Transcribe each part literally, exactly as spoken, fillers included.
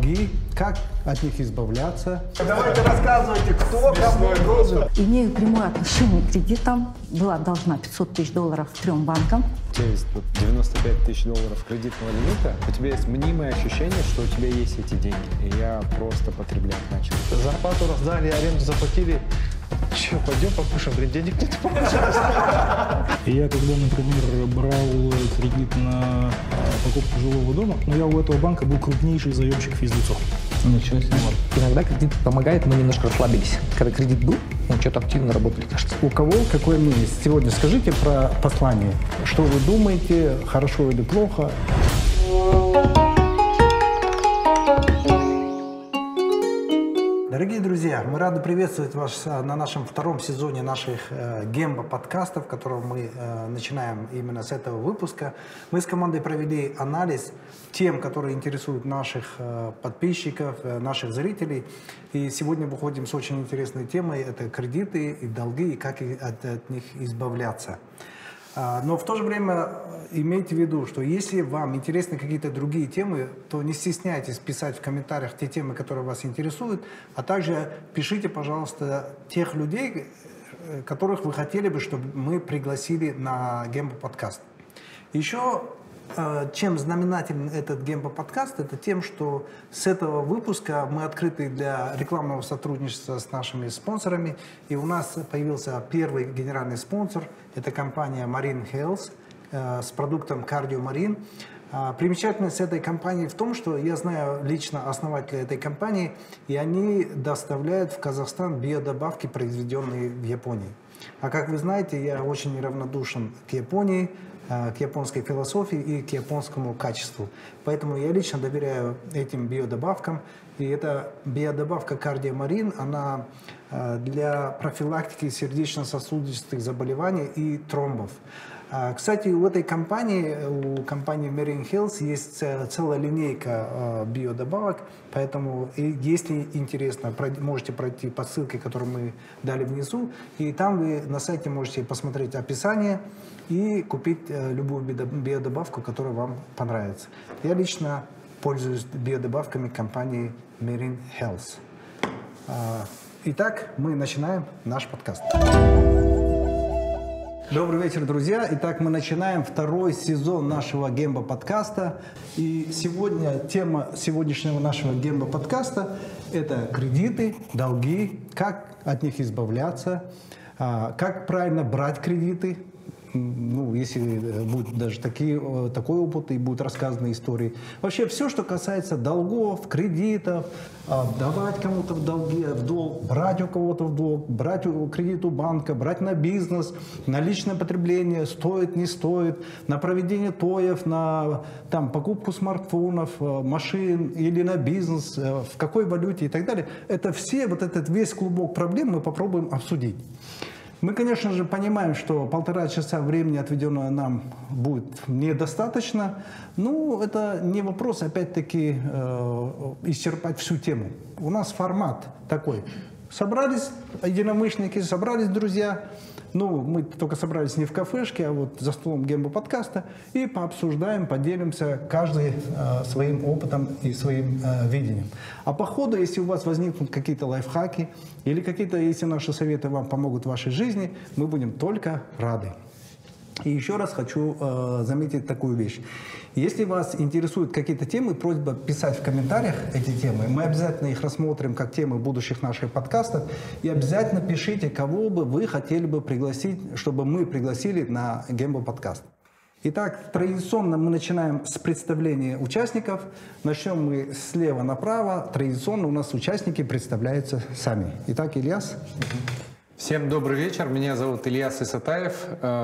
долги, как от них избавляться. Давайте рассказывайте, кто кому должен. Имею прямое отношение к кредитам. Была должна пятьсот тысяч долларов трем банкам. У тебя есть девяносто пять тысяч долларов кредитного лимита, у тебя есть мнимое ощущение, что у тебя есть эти деньги. И я просто потреблять начал. Зарплату раздали, аренду заплатили. Че, пойдем покушаем? Говорит, денег нет. Я когда, например, брал кредит на покупку жилого дома, но я у этого банка был крупнейший заемщик физлицов. Ничего себе. Иногда кредит помогает, мы немножко расслабились. Когда кредит был, мы что-то активно работали, кажется. У кого какое мнение? Сегодня скажите про послание. Что вы думаете, хорошо или плохо? Дорогие друзья, мы рады приветствовать вас на нашем втором сезоне наших э, Гемба-подкастов, который мы э, начинаем именно с этого выпуска. Мы с командой провели анализ тем, которые интересуют наших э, подписчиков, э, наших зрителей. И сегодня выходим с очень интересной темой. Это кредиты и долги, и как от, от них избавляться. Но в то же время имейте в виду, что если вам интересны какие-то другие темы, то не стесняйтесь писать в комментариях те темы, которые вас интересуют, а также пишите, пожалуйста, тех людей, которых вы хотели бы, чтобы мы пригласили на Гемба-подкаст. Еще чем знаменателен этот Гемба-подкаст, это тем, что с этого выпуска мы открыты для рекламного сотрудничества с нашими спонсорами. И у нас появился первый генеральный спонсор. Это компания Marine Health э, с продуктом Cardio Marine. А, примечательность этой компании в том, что я знаю лично основателя этой компании, и они доставляют в Казахстан биодобавки, произведенные в Японии. А как вы знаете, я очень неравнодушен к Японии, к японской философии и к японскому качеству. Поэтому я лично доверяю этим биодобавкам. И эта биодобавка Cardio Marine, она для профилактики сердечно-сосудистых заболеваний и тромбов. Кстати, у этой компании, у компании Marine Health есть целая линейка биодобавок, поэтому если интересно, можете пройти по ссылке, которую мы дали внизу, и там вы на сайте можете посмотреть описание и купить любую биодобавку, которая вам понравится. Я лично пользуюсь биодобавками компании Marine Health. Итак, мы начинаем наш подкаст. Добрый вечер, друзья. Итак, мы начинаем второй сезон нашего Гемба-подкаста. И сегодня тема сегодняшнего нашего Гемба-подкаста – это кредиты, долги, как от них избавляться, как правильно брать кредиты. Ну, если будет даже такие, такой опыт и будут рассказаны истории. Вообще все, что касается долгов, кредитов, давать кому-то в долги, в долг, брать у кого-то в долг, брать кредит у банка, брать на бизнес, на личное потребление, стоит, не стоит, на проведение тоев, на там, покупку смартфонов, машин или на бизнес, в какой валюте и так далее. Это все, вот этот весь клубок проблем мы попробуем обсудить. Мы, конечно же, понимаем, что полтора часа времени, отведенного нам, будет недостаточно. Но это не вопрос, опять-таки, э, исчерпать всю тему. У нас формат такой. Собрались единомышленники, собрались друзья. Ну, мы только собрались не в кафешке, а вот за столом Гемба-подкаста. И пообсуждаем, поделимся каждый э, своим опытом и своим э, видением. А по ходу, если у вас возникнут какие-то лайфхаки или какие-то, если наши советы вам помогут в вашей жизни, мы будем только рады. И еще раз хочу э, заметить такую вещь. Если вас интересуют какие-то темы, просьба писать в комментариях эти темы. Мы обязательно их рассмотрим как темы будущих наших подкастов. И обязательно пишите, кого бы вы хотели бы пригласить, чтобы мы пригласили на Гемба-подкаст. Итак, традиционно мы начинаем с представления участников. Начнем мы слева направо. Традиционно у нас участники представляются сами. Итак, Ильяс. Всем добрый вечер. Меня зовут Ильяс Исатаев.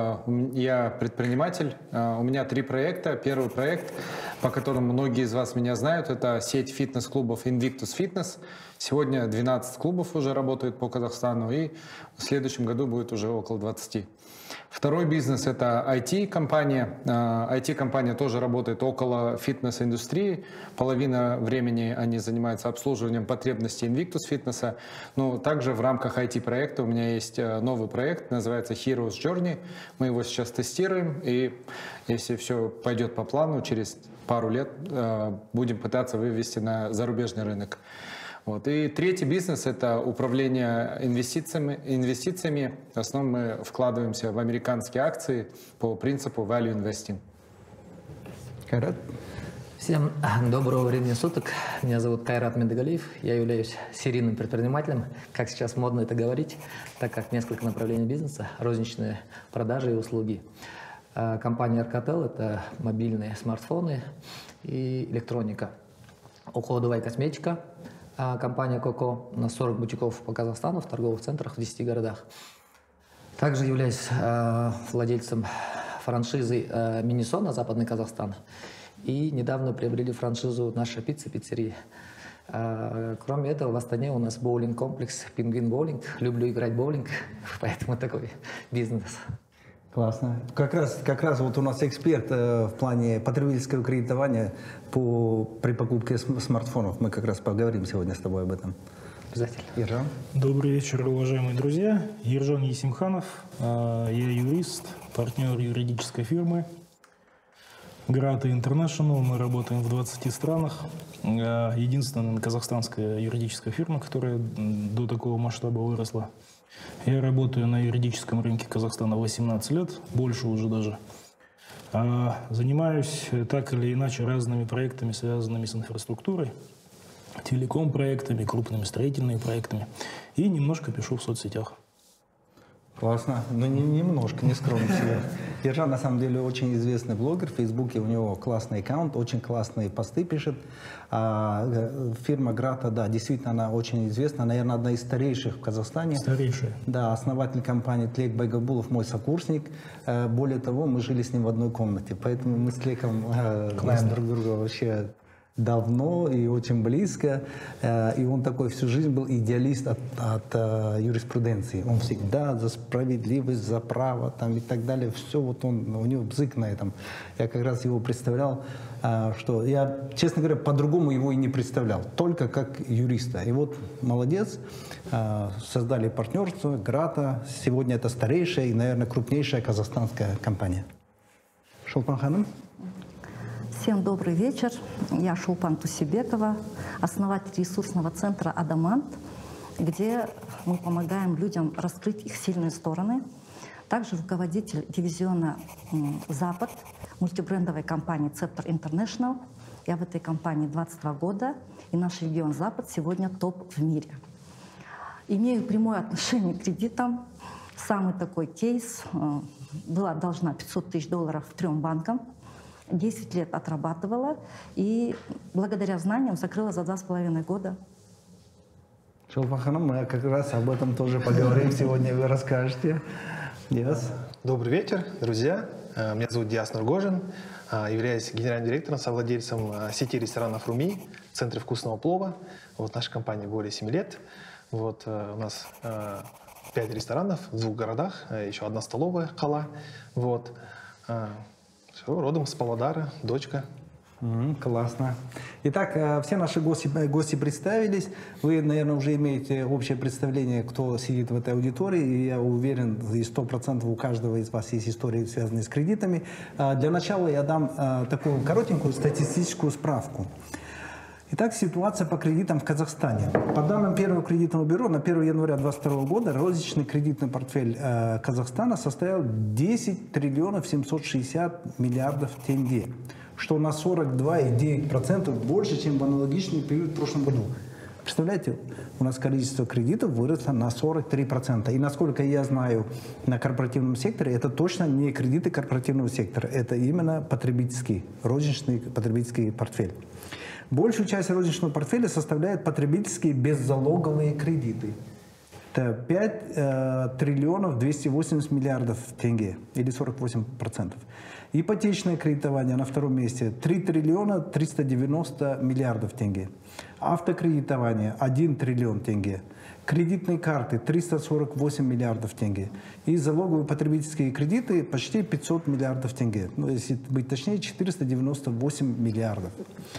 Я предприниматель. У меня три проекта. Первый проект, по которому многие из вас меня знают, это сеть фитнес-клубов Invictus Fitness. Сегодня двенадцать клубов уже работают по Казахстану, и в следующем году будет уже около двадцати. Второй бизнес – это ай ти-компания. ай ти-компания тоже работает около фитнес-индустрии. Половина времени они занимаются обслуживанием потребностей Invictus Fitness. Но также в рамках ай ти-проекта у меня есть новый проект, называется Heroes Journey. Мы его сейчас тестируем, и если все пойдет по плану, через пару лет будем пытаться вывести на зарубежный рынок. Вот. И третий бизнес – это управление инвестициями. инвестициями. В основном мы вкладываемся в американские акции по принципу value investing. Кайрат. Всем доброго времени суток. Меня зовут Кайрат Медегалиев. Я являюсь серийным предпринимателем, как сейчас модно это говорить, так как несколько направлений бизнеса, розничные продажи и услуги. Компания Arcatel – это мобильные смартфоны и электроника. Уходовая косметика. Компания Коко, на сорок бутиков по Казахстану, в торговых центрах в десяти городах. Также являюсь э, владельцем франшизы э, Минисона, Западный Казахстан. И недавно приобрели франшизу «Наша пицца» пиццерии. Э, кроме этого, в Астане у нас боулинг-комплекс «Пингвин боулинг». Люблю играть в боулинг, поэтому такой бизнес. Классно. Как раз, как раз вот у нас эксперт э, в плане потребительского кредитования по, при покупке см смартфонов. Мы как раз поговорим сегодня с тобой об этом. Обязательно. Ержан. Добрый вечер, уважаемые друзья. Ержан Есимханов. Я юрист, партнер юридической фирмы Грата International. Мы работаем в двадцати странах. Единственная казахстанская юридическая фирма, которая до такого масштаба выросла. Я работаю на юридическом рынке Казахстана восемнадцать лет, больше уже даже. А занимаюсь так или иначе разными проектами, связанными с инфраструктурой, телеком-проектами, крупными строительными проектами. И немножко пишу в соцсетях. Классно. Но не, немножко, не скромно себе. Ержан, на самом деле, очень известный блогер. В Фейсбуке у него классный аккаунт, очень классные посты пишет. А, фирма Грата, да, действительно, она очень известна. Наверное, одна из старейших в Казахстане. Старейшая. Да, основатель компании Тлек Байгабулов, мой сокурсник. Более того, мы жили с ним в одной комнате. Поэтому мы с Тлеком знаем друг друга вообще давно и очень близко. И он такой всю жизнь был идеалист от, от юриспруденции. Он всегда за справедливость, за право там, и так далее. Все, вот он, у него бзык на этом. Я как раз его представлял, что я, честно говоря, по-другому его и не представлял. Только как юриста. И вот молодец. Создали партнерство Грата. Сегодня это старейшая и, наверное, крупнейшая казахстанская компания. Шолпан Ханым. Всем добрый вечер. Я Шолпан Тусибекова, основатель ресурсного центра «Адамант», где мы помогаем людям раскрыть их сильные стороны. Также руководитель дивизиона «Запад» мультибрендовой компании «Цептор Интернешнл». Я в этой компании двадцать два года, и наш регион «Запад» сегодня топ в мире. Имею прямое отношение к кредитам. Самый такой кейс. Была должна пятьсот тысяч долларов трем банкам. десять лет отрабатывала и благодаря знаниям закрыла за два с половиной года. Шолпан Ханым, мы как раз об этом тоже поговорим сегодня, вы расскажете. Yes. Добрый вечер, друзья. Меня зовут Диас Нургожин. Являюсь генеральным директором, совладельцем сети ресторанов «Руми» в центре вкусного плова. Вот наша компания более семи лет. Вот у нас пять ресторанов в двух городах, еще одна столовая «Кала». Вот. Все, родом с Павлодара, дочка. Mm, классно. Итак, все наши гости, гости представились. Вы, наверное, уже имеете общее представление, кто сидит в этой аудитории. И я уверен, и сто процентов у каждого из вас есть истории, связанные с кредитами. Для начала я дам такую коротенькую статистическую справку. Итак, ситуация по кредитам в Казахстане. По данным Первого кредитного бюро, на первое января две тысячи двадцать второго года розничный кредитный портфель э, Казахстана составил десять триллионов семьсот шестьдесят миллиардов тенге, что на сорок два и девять десятых процента больше, чем в аналогичный период в прошлом году. Представляете, у нас количество кредитов выросло на сорок три процента. И насколько я знаю, на корпоративном секторе это точно не кредиты корпоративного сектора, это именно потребительский, розничный потребительский портфель. Большую часть розничного портфеля составляют потребительские беззалоговые кредиты. Это пять э, триллионов двести восемьдесят миллиардов тенге, или сорок восемь процентов. Ипотечное кредитование на втором месте три триллиона триста девяносто миллиардов тенге. Автокредитование один триллион тенге. Кредитные карты триста сорок восемь миллиардов тенге. И залоговые потребительские кредиты почти пятьсот миллиардов тенге. Ну, если быть точнее, четыреста девяносто восемь миллиардов.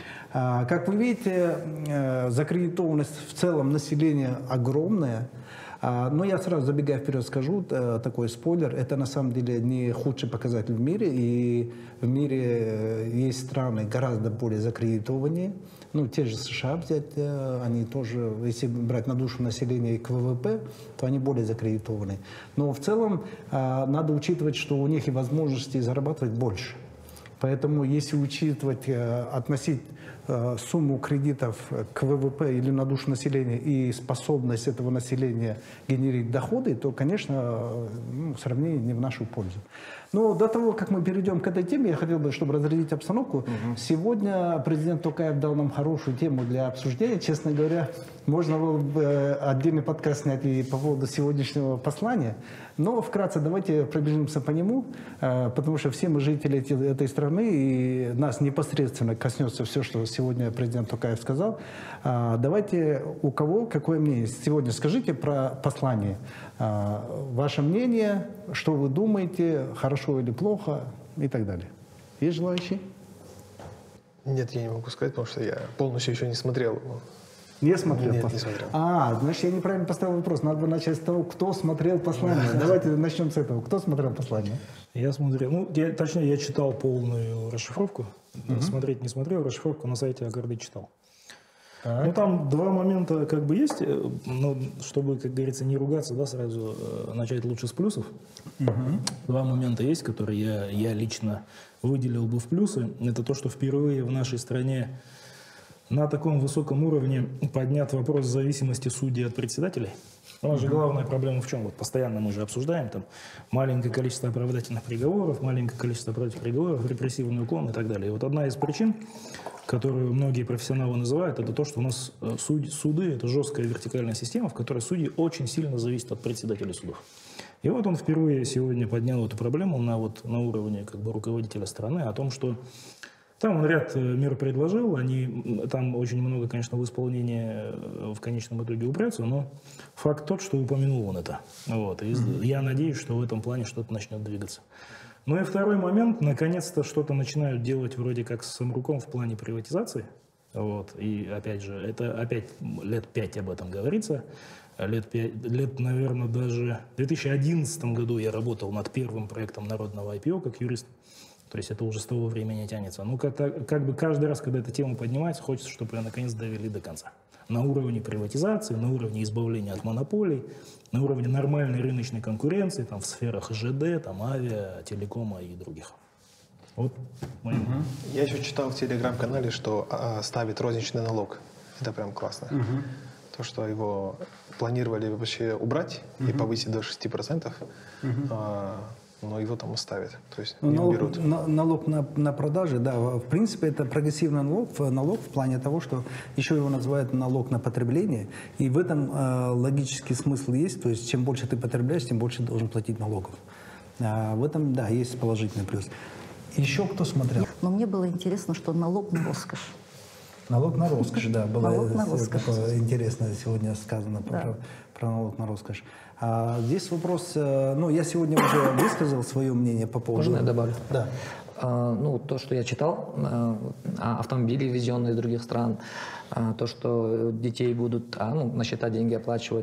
Как вы видите, закредитованность в целом населения огромная. А, но я сразу, забегая вперед, скажу такой спойлер. Это на самом деле не худший показатель в мире. И в мире есть страны гораздо более закредитованные. Ну, те же США взять, они тоже, если брать на душу населения и к ВВП, то они более закредитованы. Но в целом надо учитывать, что у них и возможности зарабатывать больше. Поэтому если учитывать, относить сумму кредитов к ВВП или на душу населения и способность этого населения генерить доходы, то, конечно, ну, сравнение не в нашу пользу. Но до того, как мы перейдем к этой теме, я хотел бы, чтобы разрядить обстановку. Угу. Сегодня президент Токаев дал нам хорошую тему для обсуждения. Честно говоря, можно было бы отдельный подкаст снять и по поводу сегодняшнего послания. Но вкратце давайте пробежимся по нему, потому что все мы жители этой страны, и нас непосредственно коснется все, что сегодня президент Токаев сказал. Давайте, у кого какое мнение? Сегодня скажите про послание. Ваше мнение, что вы думаете, хорошо или плохо и так далее. Есть желающие? Нет, я не могу сказать, потому что я полностью еще не смотрел его. Не смотрел? Нет, пос... не смотрел. А, значит, я неправильно поставил вопрос. Надо бы начать с того, кто смотрел послание. Давайте начнем с этого. Кто смотрел послание? Я смотрел, ну, я, точнее, я читал полную расшифровку. Угу. Смотреть не смотрел, расшифровку на сайте Агарды читал. Так. Ну, там два момента как бы есть, но чтобы, как говорится, не ругаться, да, сразу начать лучше с плюсов. Угу. Два момента есть, которые я, я лично выделил бы в плюсы. Это то, что впервые в нашей стране на таком высоком уровне поднят вопрос зависимости судей от председателей. У нас же главная проблема в чем? Вот постоянно мы же обсуждаем там маленькое количество оправдательных приговоров, маленькое количество оправдательных приговоров, репрессивный уклон и так далее. И вот одна из причин, которую многие профессионалы называют, это то, что у нас суд, суды – это жесткая вертикальная система, в которой судьи очень сильно зависят от председателей судов. И вот он впервые сегодня поднял эту проблему на, вот, на уровне как бы, руководителя страны о том, что там он ряд мер предложил, они, там очень много, конечно, в исполнении в конечном итоге упрется, но факт тот, что упомянул он это. Вот, и mm-hmm. я надеюсь, что в этом плане что-то начнет двигаться. Ну и второй момент, наконец-то что-то начинают делать вроде как с Самруком в плане приватизации. Вот, и опять же, это опять лет пять об этом говорится. Лет, пять, лет, наверное, даже в две тысячи одиннадцатом году я работал над первым проектом народного ай пи о как юрист. То есть это уже с того времени тянется. Ну, как, как бы каждый раз, когда эта тема поднимается, хочется, чтобы ее наконец довели до конца. На уровне приватизации, на уровне избавления от монополий, на уровне нормальной рыночной конкуренции, там, в сферах ЖД, там, авиа, телекома и других. Вот. Угу. Я еще читал в телеграм-канале, что а, ставит розничный налог. Это прям классно. Угу. То, что его планировали вообще убрать угу. и повысить до шести процентов. Угу. А, но его там оставят, то есть не налог, уберут. На, налог на, на продажи, да, в принципе, это прогрессивный налог, налог в плане того, что еще его называют налог на потребление, и в этом э, логический смысл есть, то есть чем больше ты потребляешь, тем больше ты должен платить налогов. А в этом, да, есть положительный плюс. Еще кто смотрел? Но мне было интересно, что налог на роскошь. Налог на роскошь, да, было налог на роскошь. Такое интересное сегодня сказано про, да. про налог на роскошь. А здесь вопрос, ну, я сегодня уже высказал свое мнение по поводу... Можно я добавлю? Да. А, ну, то, что я читал, а, автомобили, везенные из других стран, а, то, что детей будут а, ну, на счета деньги оплачивать,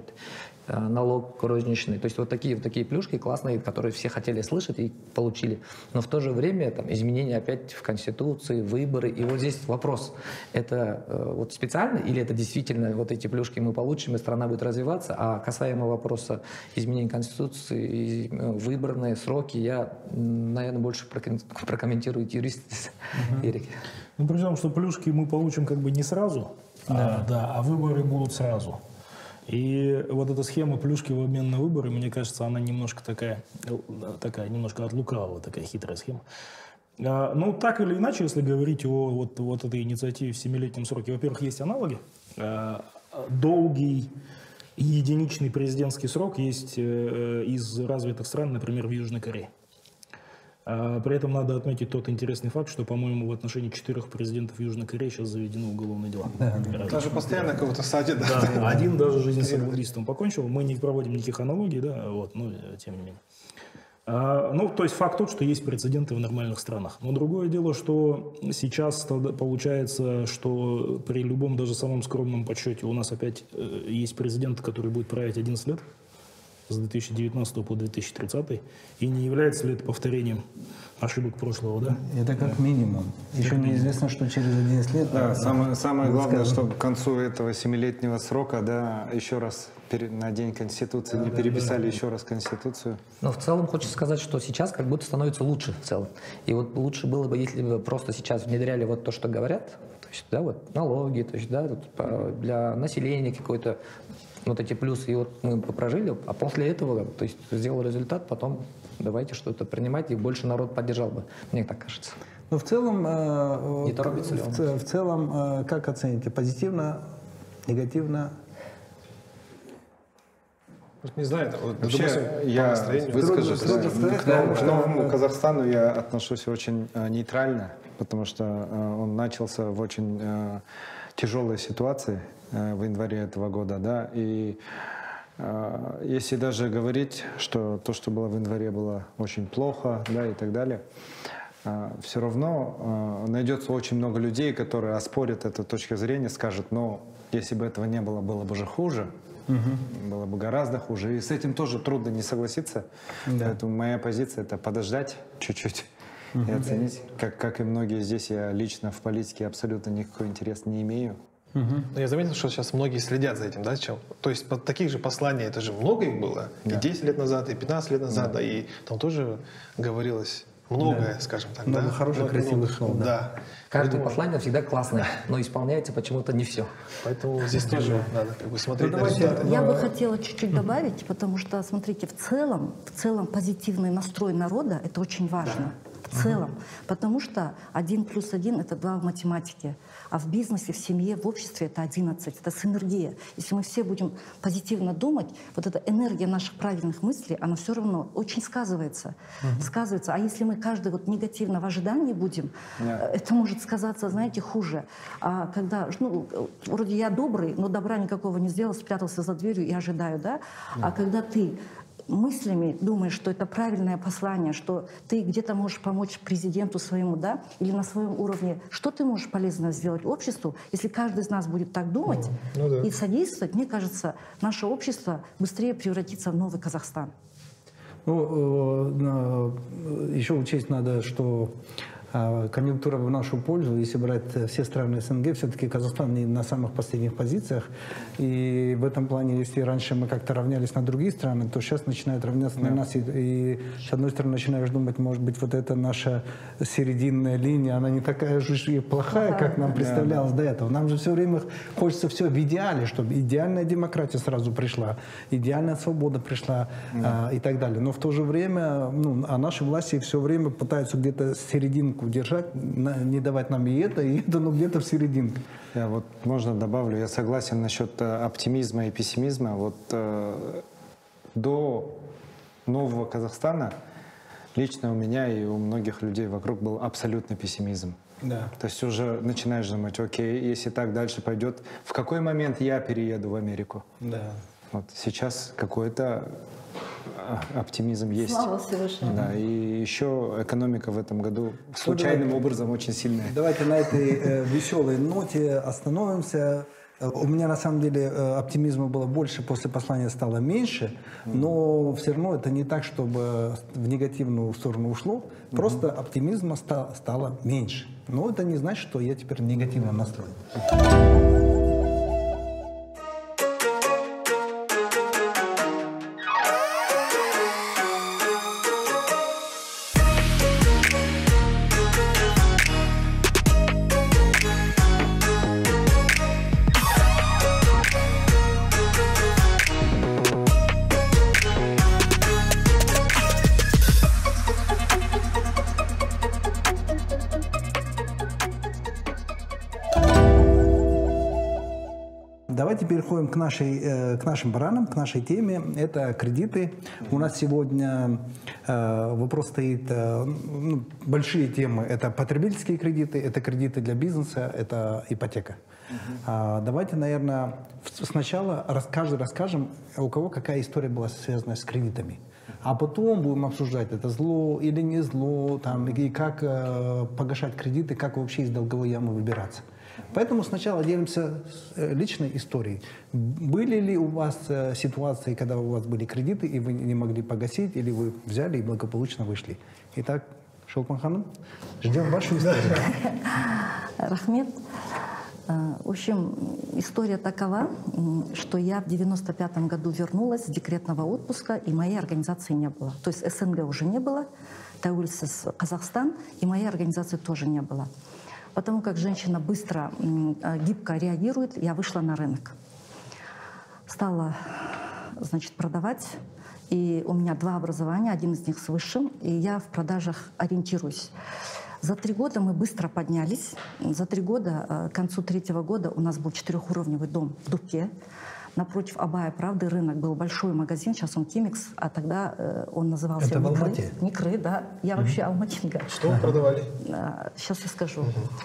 налог розничный. То есть вот такие, вот такие плюшки классные, которые все хотели слышать и получили. Но в то же время там, изменения опять в Конституции, выборы. И вот здесь вопрос, это э, вот специально или это действительно вот эти плюшки мы получим и страна будет развиваться? А касаемо вопроса изменения Конституции, и, э, выборные сроки, я, наверное, больше прокомментирую юрист uh-huh. Эрик. Ну, при том, что плюшки мы получим как бы не сразу, да. А, да, а выборы будут сразу. И вот эта схема плюшки в обмен на выборы, мне кажется, она немножко такая, такая немножко от лукавого, такая хитрая схема. А, ну, так или иначе, если говорить о вот, вот этой инициативе в семилетнем сроке, во-первых, есть аналоги. А, долгий и единичный президентский срок есть э, из развитых стран, например, в Южной Корее. А, при этом надо отметить тот интересный факт, что, по-моему, в отношении четырех президентов Южной Кореи сейчас заведены уголовные дела. Да. Даже постоянно кого-то садят. Да, да, один даже жизнь самоубийством покончил. Мы не проводим никаких аналогий, да, вот, но тем не менее. А, ну, то есть факт тот, что есть прецеденты в нормальных странах. Но другое дело, что сейчас получается, что при любом даже самом скромном подсчете у нас опять есть президент, который будет править одиннадцать лет. с две тысячи девятнадцатого по две тысячи тридцатый. И не является ли это повторением ошибок прошлого, да? Это как минимум. Еще неизвестно, что через одиннадцать лет. Да, а, самое, самое главное, скажем. чтобы к концу этого семилетнего срока, да, еще раз пере- на День Конституции не переписали еще раз Конституцию. Но в целом хочется сказать, что сейчас как будто становится лучше в целом. И вот лучше было бы, если бы просто сейчас внедряли вот то, что говорят, то есть, да, вот налоги, то есть, да, вот, по- для населения какой-то вот эти плюсы, и вот мы прожили, а после этого, то есть, сделал результат, потом давайте что-то принимать, и больше народ поддержал бы, мне так кажется. Но в целом, э, Не торопится ли он? в, ц- в целом, э, как оцените? Позитивно, негативно? Вот не знаю, это вот, Вообще, допустим, по я настроению. выскажусь. Трудно- трудно сказать, К новому, потому к что- новому Казахстану я отношусь очень э, нейтрально, потому что э, он начался в очень э, тяжелой ситуации э, в январе этого года, да, и э, если даже говорить, что то, что было в январе, было очень плохо, да, и так далее, э, все равно э, найдется очень много людей, которые оспорят эту точку зрения, скажут, ну, если бы этого не было, было бы же хуже. Угу. Было бы гораздо хуже. И с этим тоже трудно не согласиться. Да. Поэтому моя позиция — это подождать чуть-чуть угу. и оценить. Как, как и многие здесь, я лично в политике абсолютно никакой интерес не имею. Угу. Но я заметил, что сейчас многие следят за этим, да, чем? То есть под таких же посланий, это же много их было. Да. И десять лет назад, и пятнадцать лет назад, да. Да, и там тоже говорилось многое, Да. скажем так. Много да? хороших, Много- красивых много- слов, да. Да. Каждое Поэтому- послание всегда классное, но исполняется почему-то не все. Поэтому здесь тоже надо как бы смотреть Ну, на давайте- результаты. Я бы хотела чуть-чуть добавить, потому что, смотрите, в целом, в целом позитивный настрой народа — это очень важно. В целом. Потому что один плюс один — это два в математике. А в бизнесе, в семье, в обществе — это одиннадцать. Это синергия. Если мы все будем позитивно думать, вот эта энергия наших правильных мыслей, она все равно очень сказывается. Сказывается. А если мы каждый вот негативно в ожидании будем, Да. это может сказаться, знаете, хуже. А когда, ну, вроде я добрый, но добра никакого не сделал, спрятался за дверью и ожидаю, да? А когда ты мыслями думаешь, что это правильное послание, что ты где-то можешь помочь президенту своему, да, или на своем уровне, что ты можешь полезно сделать обществу, если каждый из нас будет так думать Ну да. и содействовать, мне кажется, наше общество быстрее превратится в новый Казахстан. Ну, еще учесть надо, что а, конъюнктура в нашу пользу. Если брать все страны СНГ, все-таки Казахстан не на самых последних позициях. И в этом плане, если раньше мы как-то равнялись на другие страны, то сейчас начинают равняться на нас. И, и с одной стороны начинаешь думать, может быть, вот эта наша серединная линия, она не такая же и плохая, как нам представлялось до этого. Нам же все время хочется все в идеале, чтобы идеальная демократия сразу пришла, идеальная свобода пришла а, и так далее. Но в то же время, ну, а наши власти все время пытаются где-то серединку держать, на- не давать нам и это, и это, но где-то в серединке. Я вот, можно добавлю, я согласен насчет э, оптимизма и пессимизма. Вот э, до нового Казахстана лично у меня и у многих людей вокруг был абсолютный пессимизм. Да. То есть уже начинаешь думать, окей, если так дальше пойдет, в какой момент я перееду в Америку? Да. Вот сейчас какой-то э, оптимизм есть. Слава Всевышнему. Да, и еще экономика в этом году случайным образом очень сильная. Давайте на этой э, веселой ноте остановимся. Э, У меня на самом деле э, оптимизма было больше, после послания стало меньше, но все равно это не так, чтобы в негативную сторону ушло. Просто оптимизма ста- стало меньше. Но это не значит, что я теперь негативно настроен. Давайте переходим к, нашей, э, к нашим баранам, к нашей теме. Это кредиты. У нас сегодня э, вопрос стоит, э, ну, большие темы. Это потребительские кредиты, это кредиты для бизнеса, это ипотека. А, давайте, наверное, в- сначала рас, каждый расскажем, у кого какая история была связана с кредитами. А потом будем обсуждать, это зло или не зло, там, и как э, погашать кредиты, как вообще из долговой ямы выбираться. Поэтому сначала делимся личной историей. Были ли у вас ситуации, когда у вас были кредиты, и вы не могли погасить, или вы взяли и благополучно вышли? Итак, Шолпан ханым, ждем вашу историю. Рахмет. В общем, история такова, что я в девяносто пятом году вернулась с декретного отпуска, и моей организации не было. То есть СНГ уже не было, Тәуелсіз Казахстан, и моей организации тоже не было. Потому как женщина быстро, гибко реагирует, я вышла на рынок. Стала, значит, продавать. И у меня два образования, один из них с высшим, и я в продажах ориентируюсь. За три года мы быстро поднялись. За три года, к концу третьего года, у нас был четырехуровневый дом в Дубке. Напротив Абая Правды рынок, был большой магазин, сейчас он Кимикс, а тогда э, он назывался Это в Никры. Алмате? Никры, да. Я вообще алматинка. Что вы продавали? Сейчас я скажу.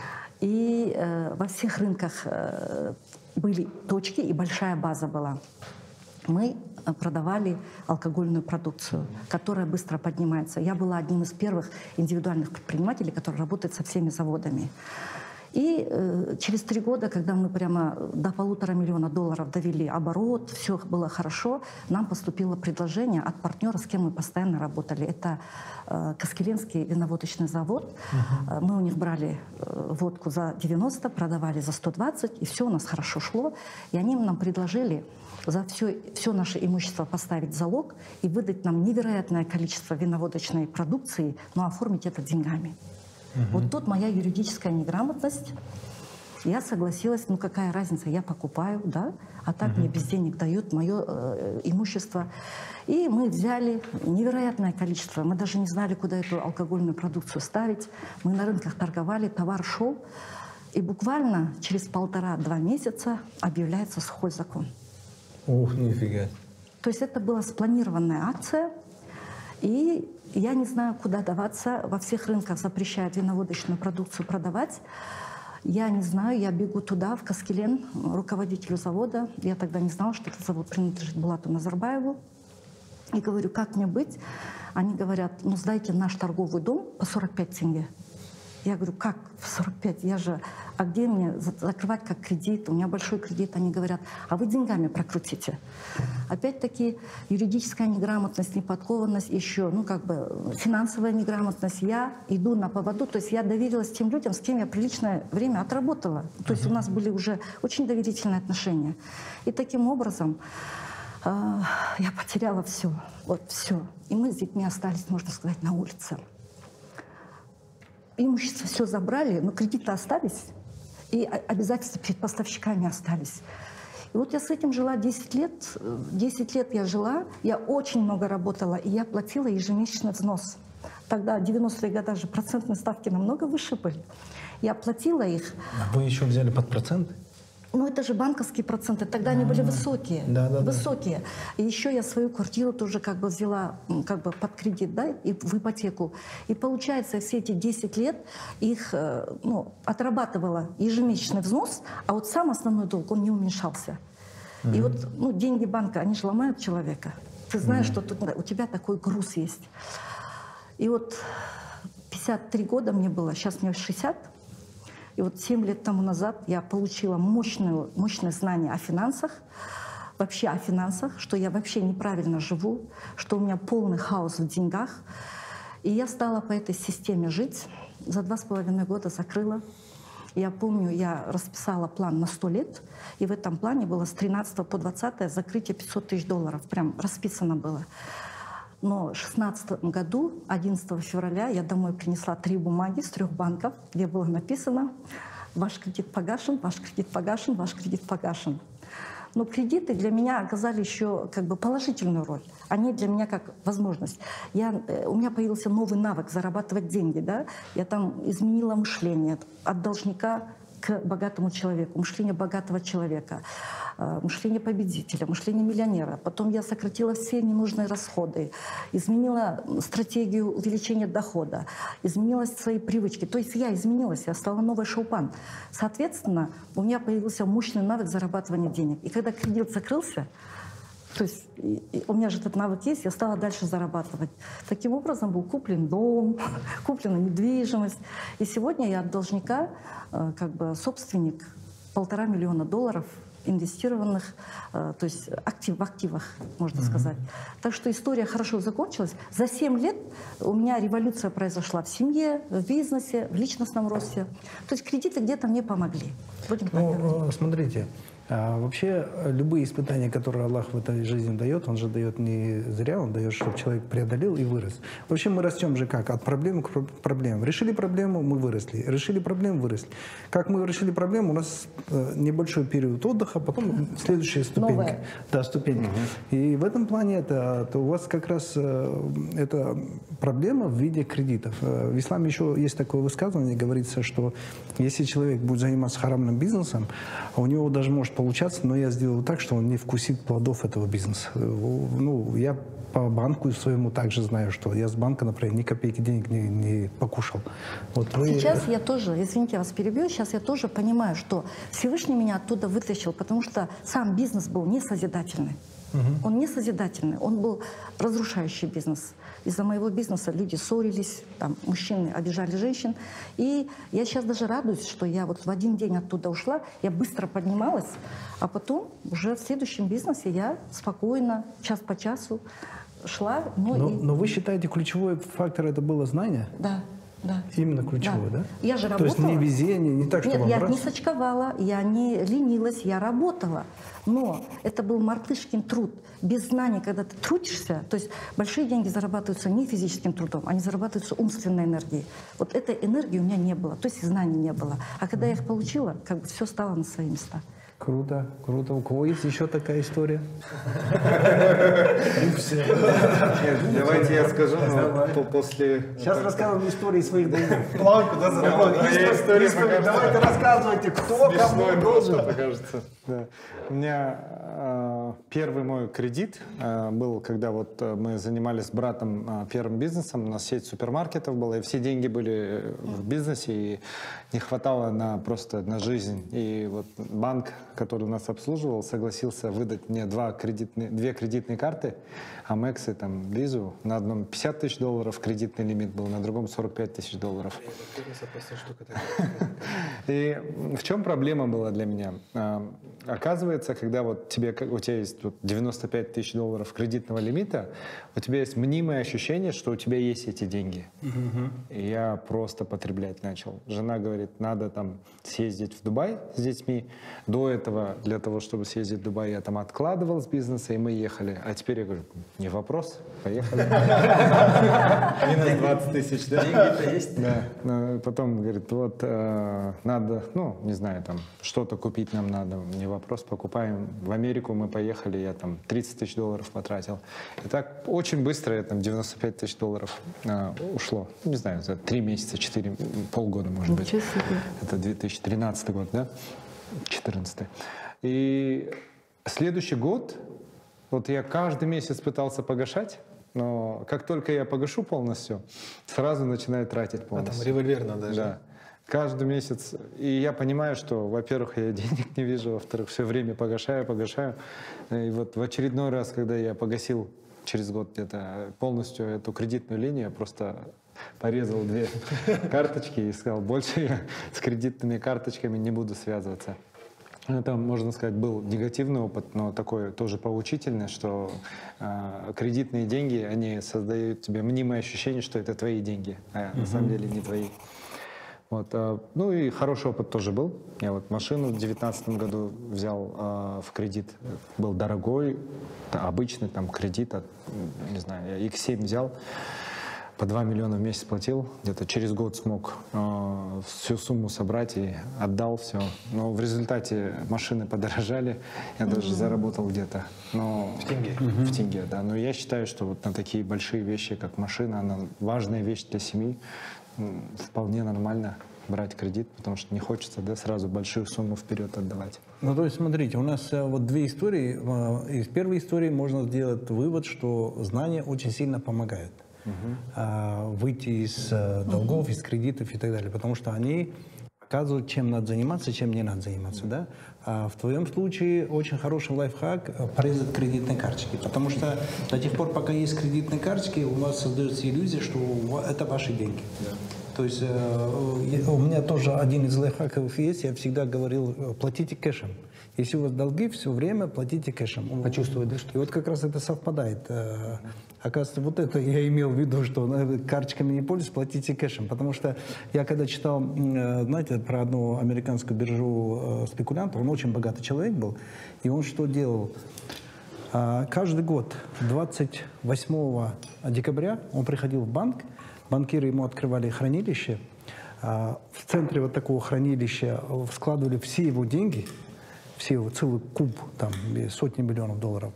И э, во всех рынках э, были точки, и большая база была. Мы продавали алкогольную продукцию, которая быстро поднимается. Я была одним из первых индивидуальных предпринимателей, который работает со всеми заводами. И э, через три года, когда мы прямо до полутора миллиона долларов довели оборот, все было хорошо, нам поступило предложение от партнера, с кем мы постоянно работали. Это э, Каскеленский виноводочный завод. Uh-huh. Мы у них брали э, водку за девяносто, продавали за сто двадцать, и все у нас хорошо шло. И они нам предложили за все, все наше имущество поставить залог и выдать нам невероятное количество виноводочной продукции, но оформить это деньгами. Uh-huh. Вот тут моя юридическая неграмотность. Я согласилась, ну какая разница, я покупаю, да, а так uh-huh. мне без денег дают мое э, имущество. И мы взяли невероятное количество, мы даже не знали, куда эту алкогольную продукцию ставить. Мы на рынках торговали, товар шел, и буквально через полтора-два месяца объявляется сухой закон. Ух, нифига. То есть это была спланированная акция, и я не знаю, куда даваться. Во всех рынках запрещают виноводочную продукцию продавать. Я не знаю, я бегу туда, в Каскелен, руководителю завода. Я тогда не знала, что этот завод принадлежит Булату Назарбаеву. И говорю, как мне быть? Они говорят, ну сдайте наш торговый дом по сорок пять тенге. Я говорю, как в сорок пять? Я же, а где мне закрывать как кредит? У меня большой кредит. Они говорят, а вы деньгами прокрутите. Опять-таки юридическая неграмотность, неподкованность, еще, ну как бы финансовая неграмотность. Я иду на поводу, то есть я доверилась тем людям, с кем я приличное время отработала. То есть у нас были уже очень доверительные отношения. И таким образом э, я потеряла все, вот все. И мы с детьми остались, можно сказать, на улице. Имущество все забрали, но кредиты остались, и обязательства перед поставщиками остались. И вот я с этим жила десять лет. десять лет я жила, я очень много работала, и я платила ежемесячный взнос. Тогда, в девяностые годы же процентные ставки намного выше были. Я платила их. А вы еще взяли под проценты? Ну, это же банковские проценты, тогда они были высокие, да, да, высокие. Да. И еще я свою квартиру тоже как бы взяла как бы под кредит, да, и в ипотеку. И получается, все эти десять лет их, ну, отрабатывала ежемесячный взнос, а вот сам основной долг, он не уменьшался. Mm-hmm. И вот, ну, деньги банка, они же ломают человека. Ты знаешь, mm-hmm. что тут, у тебя такой груз есть. И вот пятьдесят три года мне было, сейчас мне шестьдесят. И вот семь лет тому назад я получила мощную, мощное знание о финансах, вообще о финансах, что я вообще неправильно живу, что у меня полный хаос в деньгах. И я стала по этой системе жить. За два с половиной года закрыла. Я помню, я расписала план на сто лет, и в этом плане было с тринадцатого по двадцатое закрытие пятьсот тысяч долларов. Прям расписано было. Но в шестнадцатом году, одиннадцатого февраля, я домой принесла три бумаги с трех банков, где было написано «Ваш кредит погашен, ваш кредит погашен, ваш кредит погашен». Но кредиты для меня оказали еще как бы положительную роль. Они для меня как возможность. Я, у меня появился новый навык зарабатывать деньги. Да? Я там изменила мышление от должника к богатому человеку, мышление богатого человека, мышление победителя, мышление миллионера. Потом я сократила все ненужные расходы, изменила стратегию увеличения дохода, изменила свои привычки. То есть я изменилась, я стала новой Шолпан. Соответственно, у меня появился мощный навык зарабатывания денег. И когда кредит закрылся, То есть и, и у меня же этот навык есть, я стала дальше зарабатывать. Таким образом был куплен дом, куплена недвижимость. И сегодня я от должника, э, как бы собственник полтора миллиона долларов инвестированных, э, то есть актив, в активах, можно mm-hmm. сказать. Так что история хорошо закончилась. За семь лет у меня революция произошла в семье, в бизнесе, в личностном росте. То есть кредиты где-то мне помогли. Будем так Ну, говорить. смотрите, а вообще любые испытания, которые Аллах в этой жизни дает, Он же дает не зря, Он дает, чтобы человек преодолел и вырос. Вообще мы растем же как? От проблемы к проблемам. Решили проблему, мы выросли. Решили проблему, выросли. Как мы решили проблему, у нас небольшой период отдыха, потом следующая ступенька. Новая. Да, ступенька. Угу. И в этом плане это, то у вас как раз это проблема в виде кредитов. В исламе еще есть такое высказывание, говорится, что если человек будет заниматься харамным бизнесом, у него даже может получаться, но я сделаю так, что он не вкусит плодов этого бизнеса. Ну, я по банку своему также знаю, что я с банка, например, ни копейки денег не, не покушал. Вот вы... Сейчас я тоже, извините, я вас перебью, сейчас я тоже понимаю, что Всевышний меня оттуда вытащил, потому что сам бизнес был не созидательный. Угу. Он не созидательный, он был разрушающий бизнес. Из-за моего бизнеса люди ссорились, там, мужчины обижали женщин. И я сейчас даже радуюсь, что я вот в один день оттуда ушла, я быстро поднималась, а потом уже в следующем бизнесе я спокойно, час по часу шла. Ну, но, и... но вы считаете, ключевой фактор это было знание? Да. Да. Именно ключевое, да? да? Я же То работала. есть не везение, не так, что Нет, вам я раз... не сочковала, я не ленилась, я работала. Но это был мартышкин труд. Без знаний, когда ты трудишься, то есть большие деньги зарабатываются не физическим трудом, они зарабатываются умственной энергией. Вот этой энергии у меня не было, то есть знаний не было. А когда я их получила, как бы все стало на свои места. Круто, круто. У кого есть еще такая история? Давайте я скажу, но после... Сейчас рассказываем истории своих долгов. Планку, да, Давайте рассказывайте, кто кому должен. Кажется. У меня первый мой кредит был, когда вот мы занимались с братом первым бизнесом, у нас сеть супермаркетов была, и все деньги были в бизнесе, и не хватало на просто на жизнь. И вот банк, который нас обслуживал, согласился выдать мне два кредитные, две кредитные карты, Амекс и там Визу. На одном пятьдесят тысяч долларов кредитный лимит был, на другом сорок пять тысяч долларов. И в чем проблема была для меня? Оказывается, когда вот тебе, у тебя есть вот девяносто пять тысяч долларов кредитного лимита, у тебя есть мнимое ощущение, что у тебя есть эти деньги. Угу. И я просто потреблять начал. Жена говорит, надо там съездить в Дубай с детьми. До этого, для того, чтобы съездить в Дубай, я там откладывал с бизнеса, и мы ехали. А теперь я говорю, не вопрос, поехали. Минус двадцать тысяч, да? Деньги-то есть. Да. Потом говорит, вот надо, ну, не знаю, там что-то купить нам надо, не вопрос, покупаем. В Америку мы поехали, я там тридцать тысяч долларов потратил. И так очень быстро я там девяносто пять тысяч долларов а, ушло. Не знаю, за три месяца, четыре, полгода, может быть. Это две тысячи тринадцатый год, да? четырнадцатый. И следующий год, вот я каждый месяц пытался погашать, но как только я погашу полностью, сразу начинаю тратить полностью. А там револьвер надо даже. Да. Каждый месяц. И я понимаю, что, во-первых, я денег не вижу, во-вторых, все время погашаю, погашаю. И вот в очередной раз, когда я погасил через год где-то полностью эту кредитную линию, я просто порезал две карточки и сказал, больше я с кредитными карточками не буду связываться. Это, можно сказать, был негативный опыт, но такой тоже поучительный, что э, кредитные деньги, они создают тебе мнимое ощущение, что это твои деньги, а на самом деле не твои. Вот, э, ну и хороший опыт тоже был. Я вот машину в две тысячи девятнадцатом году взял э, в кредит. Был дорогой, обычный там кредит, от, не знаю, я икс семь взял. По два миллиона в месяц платил, где-то через год смог э, всю сумму собрать и отдал все. Но в результате машины подорожали, я mm-hmm. даже заработал где-то. Но, в тенге? Mm-hmm. В тенге, да. Но я считаю, что вот на такие большие вещи, как машина, она важная вещь для семьи, вполне нормально брать кредит, потому что не хочется, да, сразу большую сумму вперед отдавать. Ну, то есть, смотрите, у нас вот две истории. Из первой истории можно сделать вывод, что знание очень сильно помогает. Uh-huh. выйти из долгов, uh-huh. из кредитов и так далее. Потому что они, показывают, чем надо заниматься, чем не надо заниматься, да. А в твоем случае очень хороший лайфхак — порезать кредитные карточки, потому что до тех пор, пока есть кредитные карточки, у вас создается иллюзия, что это ваши деньги. Да. То есть э, у меня тоже один из лайфхаков есть, я всегда говорил, платите кэшем. Если у вас долги, все время платите кэшем. Почувствовать, да, что? И вот как раз это совпадает. Оказывается, вот это я имел в виду, что карточками не пользуюсь, платите кэшем. Потому что я когда читал, знаете, про одну американскую биржу спекулянта, он очень богатый человек был, и он что делал? Каждый год, двадцать восьмого декабря, он приходил в банк, банкиры ему открывали хранилище, в центре вот такого хранилища складывали все его деньги, все его, целый куб, там, сотни миллионов долларов.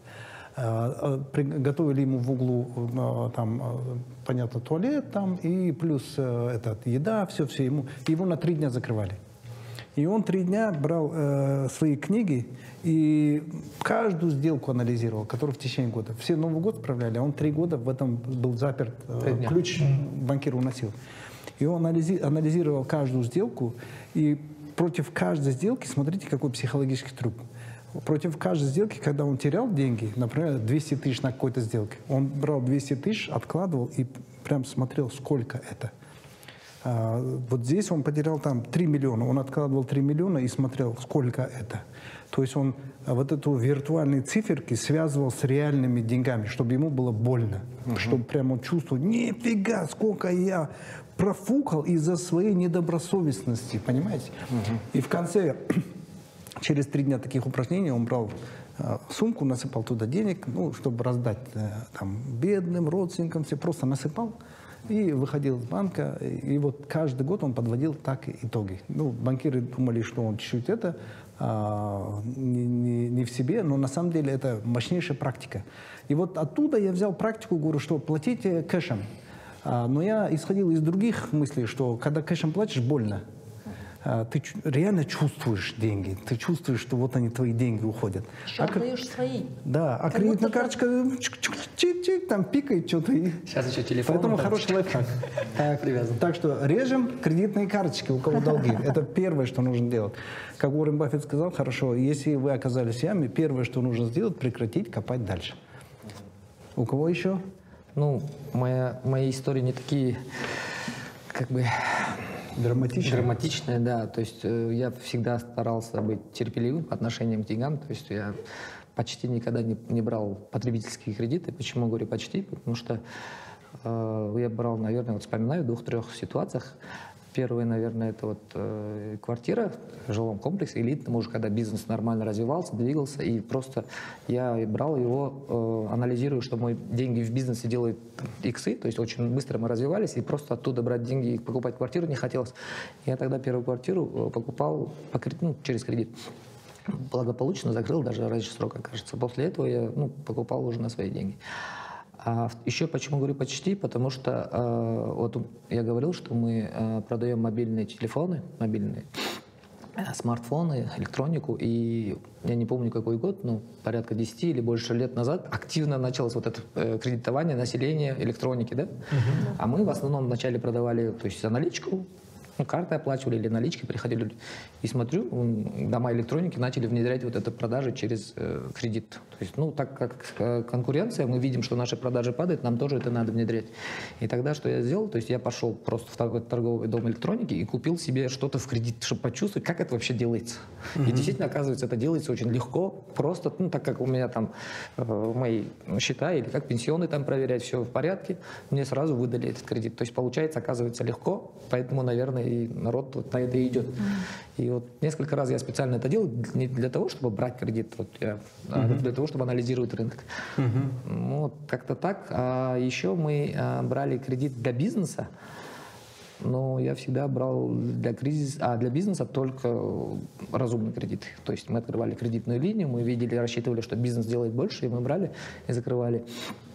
Готовили ему в углу, там, понятно, туалет, там, и плюс этот, еда, все-все ему. Его на три дня закрывали. И он три дня брал э, свои книги и каждую сделку анализировал, которую в течение года. Все Новый год справляли, а он три года в этом был заперт, э, ключ банкир уносил. И он анализи анализировал каждую сделку, и против каждой сделки, смотрите, какой психологический трюк. Против каждой сделки, когда он терял деньги, например, двести тысяч на какой-то сделке, он брал двести тысяч, откладывал и прям смотрел, сколько это. А, вот здесь он потерял там три миллиона, он откладывал три миллиона и смотрел, сколько это. То есть он вот эту виртуальные циферки связывал с реальными деньгами, чтобы ему было больно, угу. чтобы прямо он чувствовал, нифига, сколько я профукал из-за своей недобросовестности, понимаете? Угу. И в конце, через три дня таких упражнений, он брал э, сумку, насыпал туда денег, ну, чтобы раздать э, там, бедным, родственникам, все просто насыпал и выходил из банка. И, и вот каждый год он подводил так итоги. Ну, банкиры думали, что он чуть-чуть это, э, не, не, не в себе, но на самом деле это мощнейшая практика. И вот оттуда я взял практику, говорю, что платите кэшем. Но я исходил из других мыслей, что когда кэшем платишь, больно. Ты реально чувствуешь деньги, ты чувствуешь, что вот они, твои деньги уходят. Еще а, отдаешь свои. Да, а кредитная карточка чик-чик, там пикает что-то. Сейчас еще телефон. Поэтому хороший лайфхак. Так что режем кредитные карточки, у кого долги. Это первое, что нужно делать. Как Уоррен Баффет сказал, хорошо, если вы оказались в яме, первое, что нужно сделать, прекратить копать дальше. У кого еще? Ну, моя, мои истории не такие, как бы... Драматичные? Драматичные, да. То есть э, я всегда старался быть терпеливым по отношению к деньгам. То есть я почти никогда не, не брал потребительские кредиты. Почему говорю почти? Потому что э, я брал, наверное, вот вспоминаю в двух-трех ситуациях. Первое, наверное, это вот э, квартира в жилом комплексе, элитном, уже когда бизнес нормально развивался, двигался, и просто я брал его, э, анализирую, что мои деньги в бизнесе делают там, иксы, то есть очень быстро мы развивались, и просто оттуда брать деньги и покупать квартиру не хотелось. Я тогда первую квартиру покупал по, ну, через кредит. Благополучно закрыл, даже раньше срока, кажется. После этого я ну, покупал уже на свои деньги. А еще почему говорю почти, потому что э, вот я говорил, что мы э, продаем мобильные телефоны, мобильные э, смартфоны, электронику, и я не помню какой год, но порядка десяти или больше лет назад активно началось вот это э, кредитование населения электроники, да? Uh-huh. А мы в основном вначале продавали, то есть за наличку, ну, карты оплачивали или наличкой приходили люди. И смотрю, дома электроники начали внедрять вот это продажи через э, кредит. То есть, ну, так как э, конкуренция, мы видим, что наши продажи падают, нам тоже это надо внедрять. И тогда что я сделал? То есть я пошел просто в торговый, торговый дом электроники и купил себе что-то в кредит, чтобы почувствовать, как это вообще делается. Mm-hmm. И действительно, оказывается, это делается очень легко, просто, ну, так как у меня там э, мои счета или как пенсионы там проверять, все в порядке, мне сразу выдали этот кредит. То есть получается, оказывается, легко, поэтому, наверное, и народ вот на это и идет. Mm-hmm. И вот несколько раз я специально это делал не для того, чтобы брать кредит, вот я, mm-hmm. а для того, чтобы анализировать рынок. Mm-hmm. Ну, вот как-то так. А еще мы а, брали кредит для бизнеса, но я всегда брал для, кризис, а для бизнеса только разумные кредиты. То есть мы открывали кредитную линию, мы видели, рассчитывали, что бизнес делает больше, и мы брали и закрывали.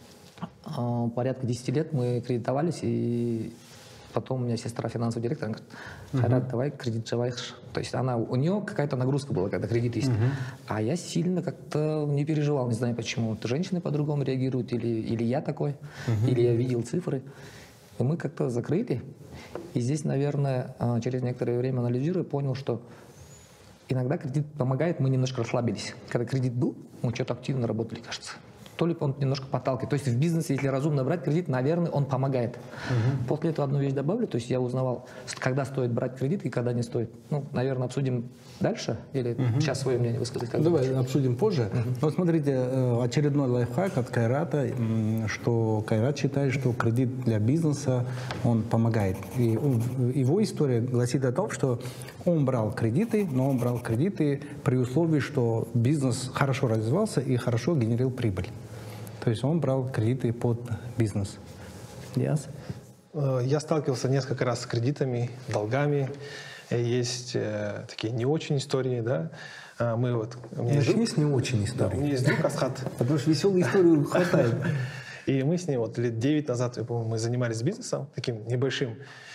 А, порядка десяти лет мы кредитовались, и потом у меня сестра финансовый директор, она говорит, Хайрат, uh-huh. давай кредит живаешь. То есть она, у нее какая-то нагрузка была, когда кредит есть. Uh-huh. А я сильно как-то не переживал, не знаю почему. Вот женщины по-другому реагируют, или, или я такой, uh-huh. или я видел цифры. И мы как-то закрыли. И здесь, наверное, через некоторое время анализируя, понял, что иногда кредит помогает, мы немножко расслабились. Когда кредит был, мы что-то активно работали, кажется. То ли он немножко подталкивает. То есть в бизнесе, если разумно брать кредит, наверное, он помогает. Угу. После этого одну вещь добавлю. То есть я узнавал, когда стоит брать кредит и когда не стоит. Ну, наверное, обсудим дальше? Или угу. сейчас свое мнение высказать? Как Давай хочешь? обсудим позже. Угу. Вот смотрите, очередной лайфхак от Кайрата, что Кайрат считает, что кредит для бизнеса, он помогает. И он, его история гласит о том, что он брал кредиты, но он брал кредиты при условии, что бизнес хорошо развивался и хорошо генерил прибыль. То есть он брал кредиты под бизнес. Yes. Я сталкивался несколько раз с кредитами, долгами. Есть э, такие не очень истории, да. Мы вот... Начни с не очень истории. Да, у меня есть друг Асхат. Потому что веселую историю хватает. И мы с ним вот лет девять назад, я помню, мы занимались бизнесом таким небольшим.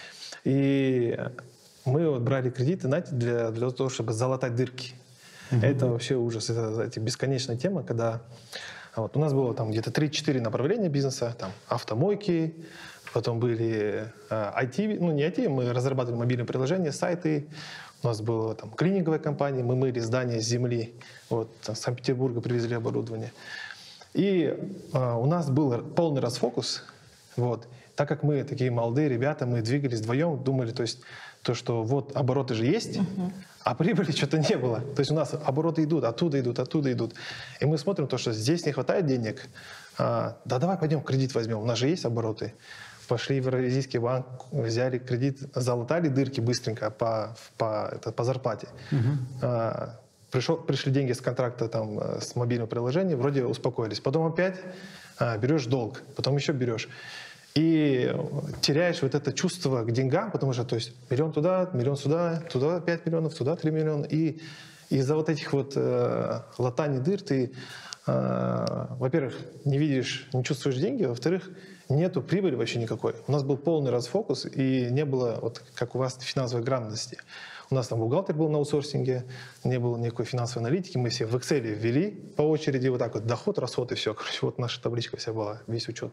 И мы вот брали кредиты, знаете, для, для того, чтобы залатать дырки. Uh-huh. Это вообще ужас. Это, знаете, бесконечная тема, когда... Вот, у нас было там где-то три-четыре направления бизнеса. Там автомойки, потом были э, ай ти, ну не ай ти, мы разрабатывали мобильные приложения, сайты. У нас была там клининговая компания, мы мыли здания с земли. Вот, с Санкт-Петербурга привезли оборудование. И э, у нас был полный расфокус. Вот. Так как мы такие молодые ребята, мы двигались вдвоем, думали, то есть то, что вот обороты же есть, uh-huh. а прибыли что-то не было. То есть у нас обороты идут, оттуда идут, оттуда идут. И мы смотрим то, что здесь не хватает денег. А, да давай пойдем кредит возьмем, у нас же есть обороты. Пошли в Евразийский банк, взяли кредит, залатали дырки быстренько по, по, это, по зарплате. Uh-huh. А, пришел, пришли деньги с контракта там, с мобильного приложения, вроде успокоились. Потом опять а, берешь долг, потом еще берешь. И теряешь вот это чувство к деньгам, потому что, то есть, миллион туда, миллион сюда, туда пять миллионов, туда три миллиона. И из-за вот этих вот э, латаний дыр ты, э, во-первых, не видишь, не чувствуешь деньги, во-вторых, нету прибыли вообще никакой. У нас был полный расфокус, и не было, вот как у вас, финансовой грамотности. У нас там бухгалтер был на аутсорсинге, не было никакой финансовой аналитики, мы все в Excel ввели по очереди, вот так вот, доход, расход и все. Короче, вот наша табличка вся была, весь учет.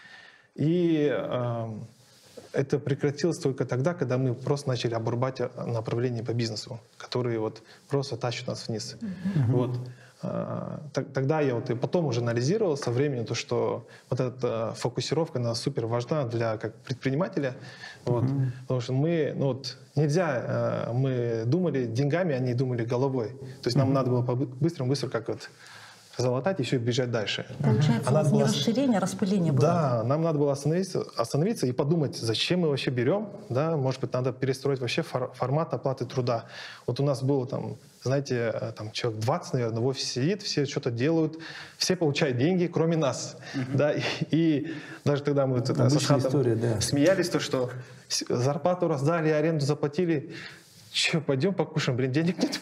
И э, это прекратилось только тогда, когда мы просто начали обрубать направления по бизнесу, которые вот просто тащат нас вниз. Mm-hmm. Вот. Э, тогда я вот и потом уже анализировал со временем то, что вот эта фокусировка, она супер важна для как предпринимателя. Вот. Mm-hmm. Потому что мы, ну вот, нельзя, э, мы думали деньгами, а не думали головой. То есть mm-hmm. нам надо было быстро-быстро как вот залатать и еще бежать дальше. Получается, а у нас не было... расширение, а распыление было. Да, нам надо было остановиться, остановиться и подумать, зачем мы вообще берем. Да? Может быть, надо перестроить вообще фор- формат оплаты труда. Вот у нас было там, знаете, там человек двадцать, наверное, в офисе сидит, все что-то делают, все получают деньги, кроме нас. Uh-huh. Да? И, и даже тогда мы вот, с Асхатом да. смеялись, то, что зарплату раздали, аренду заплатили. Че, пойдем покушаем, блин, денег нет.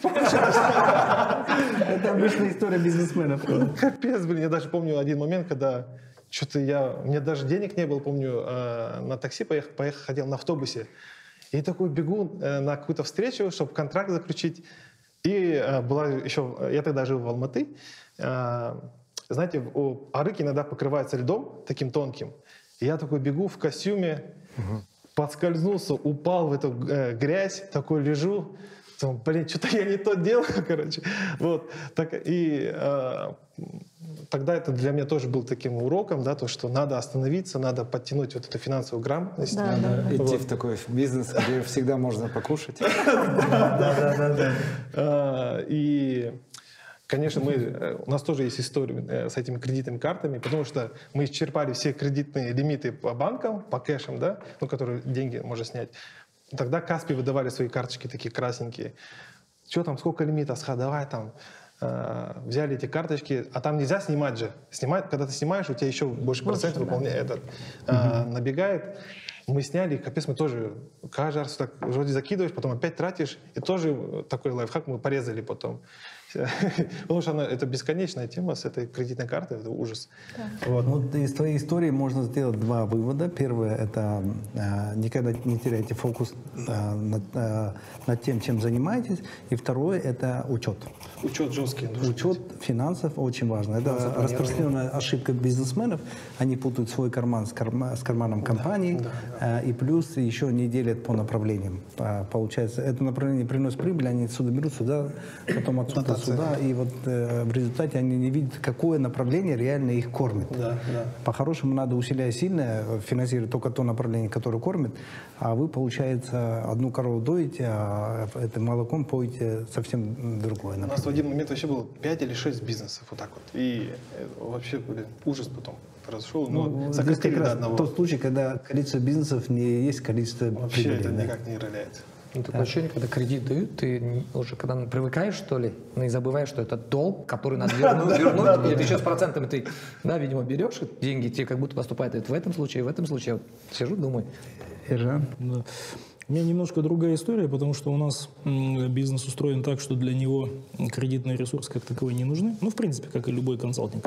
Это обычная история бизнесменов. Капец, блин, я даже помню один момент, когда что-то я, у меня даже денег не было, помню, на такси поехал, поехал, ходил на автобусе. И такой бегу на какую-то встречу, чтобы контракт заключить. И была еще, я тогда жил в Алматы. Знаете, арык иногда покрывается льдом таким тонким. И я такой бегу в костюме, подскользнулся, упал в эту э, грязь, такой лежу, там, блин, что-то я не то делаю, короче. Вот. Так, и э, тогда это для меня тоже был таким уроком, да, то, что надо остановиться, надо подтянуть вот эту финансовую грамотность. Да, да, да. Идти вот. в такой бизнес, где всегда можно покушать. И... Конечно, мы, у нас тоже есть история с этими кредитными картами, потому что мы исчерпали все кредитные лимиты по банкам, по кэшам, да, ну, которые деньги можно снять. Тогда Каспи выдавали свои карточки такие красненькие. Что там, сколько лимита, Асха, давай там. Э, взяли эти карточки, а там нельзя снимать же. Снимать, когда ты снимаешь, у тебя еще больше процентов выполняет, этот, э, набегает. Мы сняли, капец, мы тоже каждый раз так вроде закидываешь, потом опять тратишь. И тоже такой лайфхак мы порезали потом. Потому что она, это бесконечная тема с этой кредитной картой, это ужас. Да. Вот. Вот из твоей истории можно сделать два вывода. Первое – это э, никогда не теряйте фокус э, над, э, над тем, чем занимаетесь. И второе – это учет. Учет жесткий. Учет финансов очень важно. Это распространенная ошибка бизнесменов. Они путают свой карман с, карма, с карманом компании, да, да, да. Э, и плюс еще не делят по направлениям. Получается, это направление приносит прибыль, они отсюда берут сюда, потом отсюда сюда, и вот э, в результате они не видят, какое направление реально их кормит. Да, да. По-хорошему надо, усиляя сильно, финансировать только то направление, которое кормит, а вы, получается, одну корову доите, а этим молоком поете совсем другое. У нас в один момент вообще было пять или шесть бизнесов, вот так вот. И вообще, блин, ужас потом произошел. Ну, ну, здесь как раз одного. тот случай, когда количество бизнесов не есть количество вообще прибыли. это Да. никак не роляет. Ну, такое ощущение, когда кредит дают, ты уже когда привыкаешь, что ли, ну и забываешь, что это долг, который надо вернуть, вернуть, и ты еще с процентами ты, да, видимо, берешь деньги, тебе как будто поступает в этом случае, в этом случае. Вот сижу, думаю. Ержан? Да. У меня немножко другая история, потому что у нас бизнес устроен так, что для него кредитный ресурс как таковой не нужны. Ну, в принципе, как и любой консалтинг.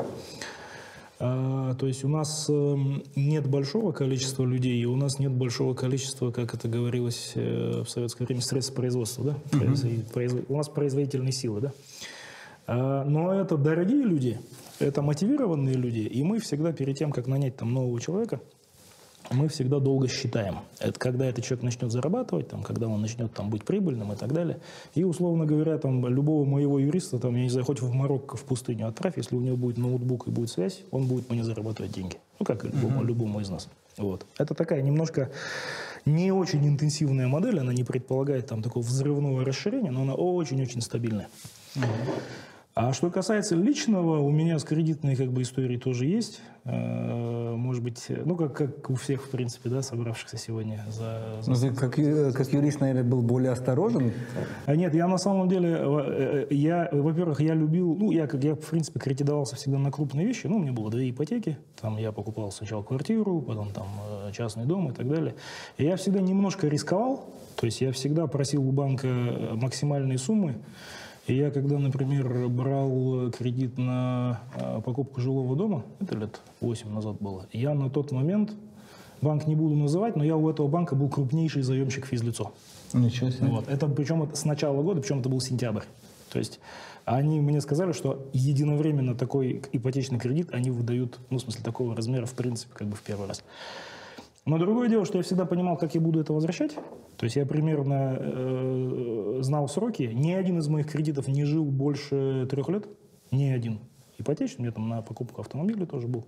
А, то есть у нас э, нет большого количества людей, и у нас нет большого количества, как это говорилось э, в советское время, средств производства. Да? Mm-hmm. Произ... У нас производительные силы. Да? А, но это дорогие люди, это мотивированные люди, и мы всегда перед тем, как нанять там, нового человека, мы всегда долго считаем. Это когда этот человек начнет зарабатывать, там, когда он начнет там, быть прибыльным и так далее. И, условно говоря, там, любого моего юриста, там, я не знаю, хоть в Марокко, в пустыню отправь, если у него будет ноутбук и будет связь, он будет мне зарабатывать деньги. Ну, как и любому, uh-huh. любому из нас. Вот. Это такая немножко не очень интенсивная модель, она не предполагает там, такого взрывного расширения, но она очень-очень стабильная. Uh-huh. А что касается личного, у меня с кредитной как бы историей тоже есть. Может быть, ну, как, как у всех, в принципе, да, собравшихся сегодня. За, за... Ну, ты как, как юрист, наверное, был более осторожен? А нет, я на самом деле, я, во-первых, я любил, ну, я, как я, в принципе, кредитовался всегда на крупные вещи. Ну, у меня было две ипотеки. Там я покупал сначала квартиру, потом там частный дом и так далее. И я всегда немножко рисковал. То есть я всегда просил у банка максимальные суммы. И я, когда, например, брал кредит на покупку жилого дома, это лет восемь назад было, я на тот момент, банк не буду называть, но я у этого банка был крупнейший заемщик физлицо. Ничего себе. Вот. Это, причем это с начала года, причем это был сентябрь. То есть они мне сказали, что единовременно такой ипотечный кредит они выдают, ну, в смысле, такого размера, в принципе, как бы в первый раз. Но другое дело, что я всегда понимал, как я буду это возвращать. То есть я примерно э, знал сроки. Ни один из моих кредитов не жил больше трех лет. Ни один. Ипотечный, у меня там на покупку автомобиля тоже был.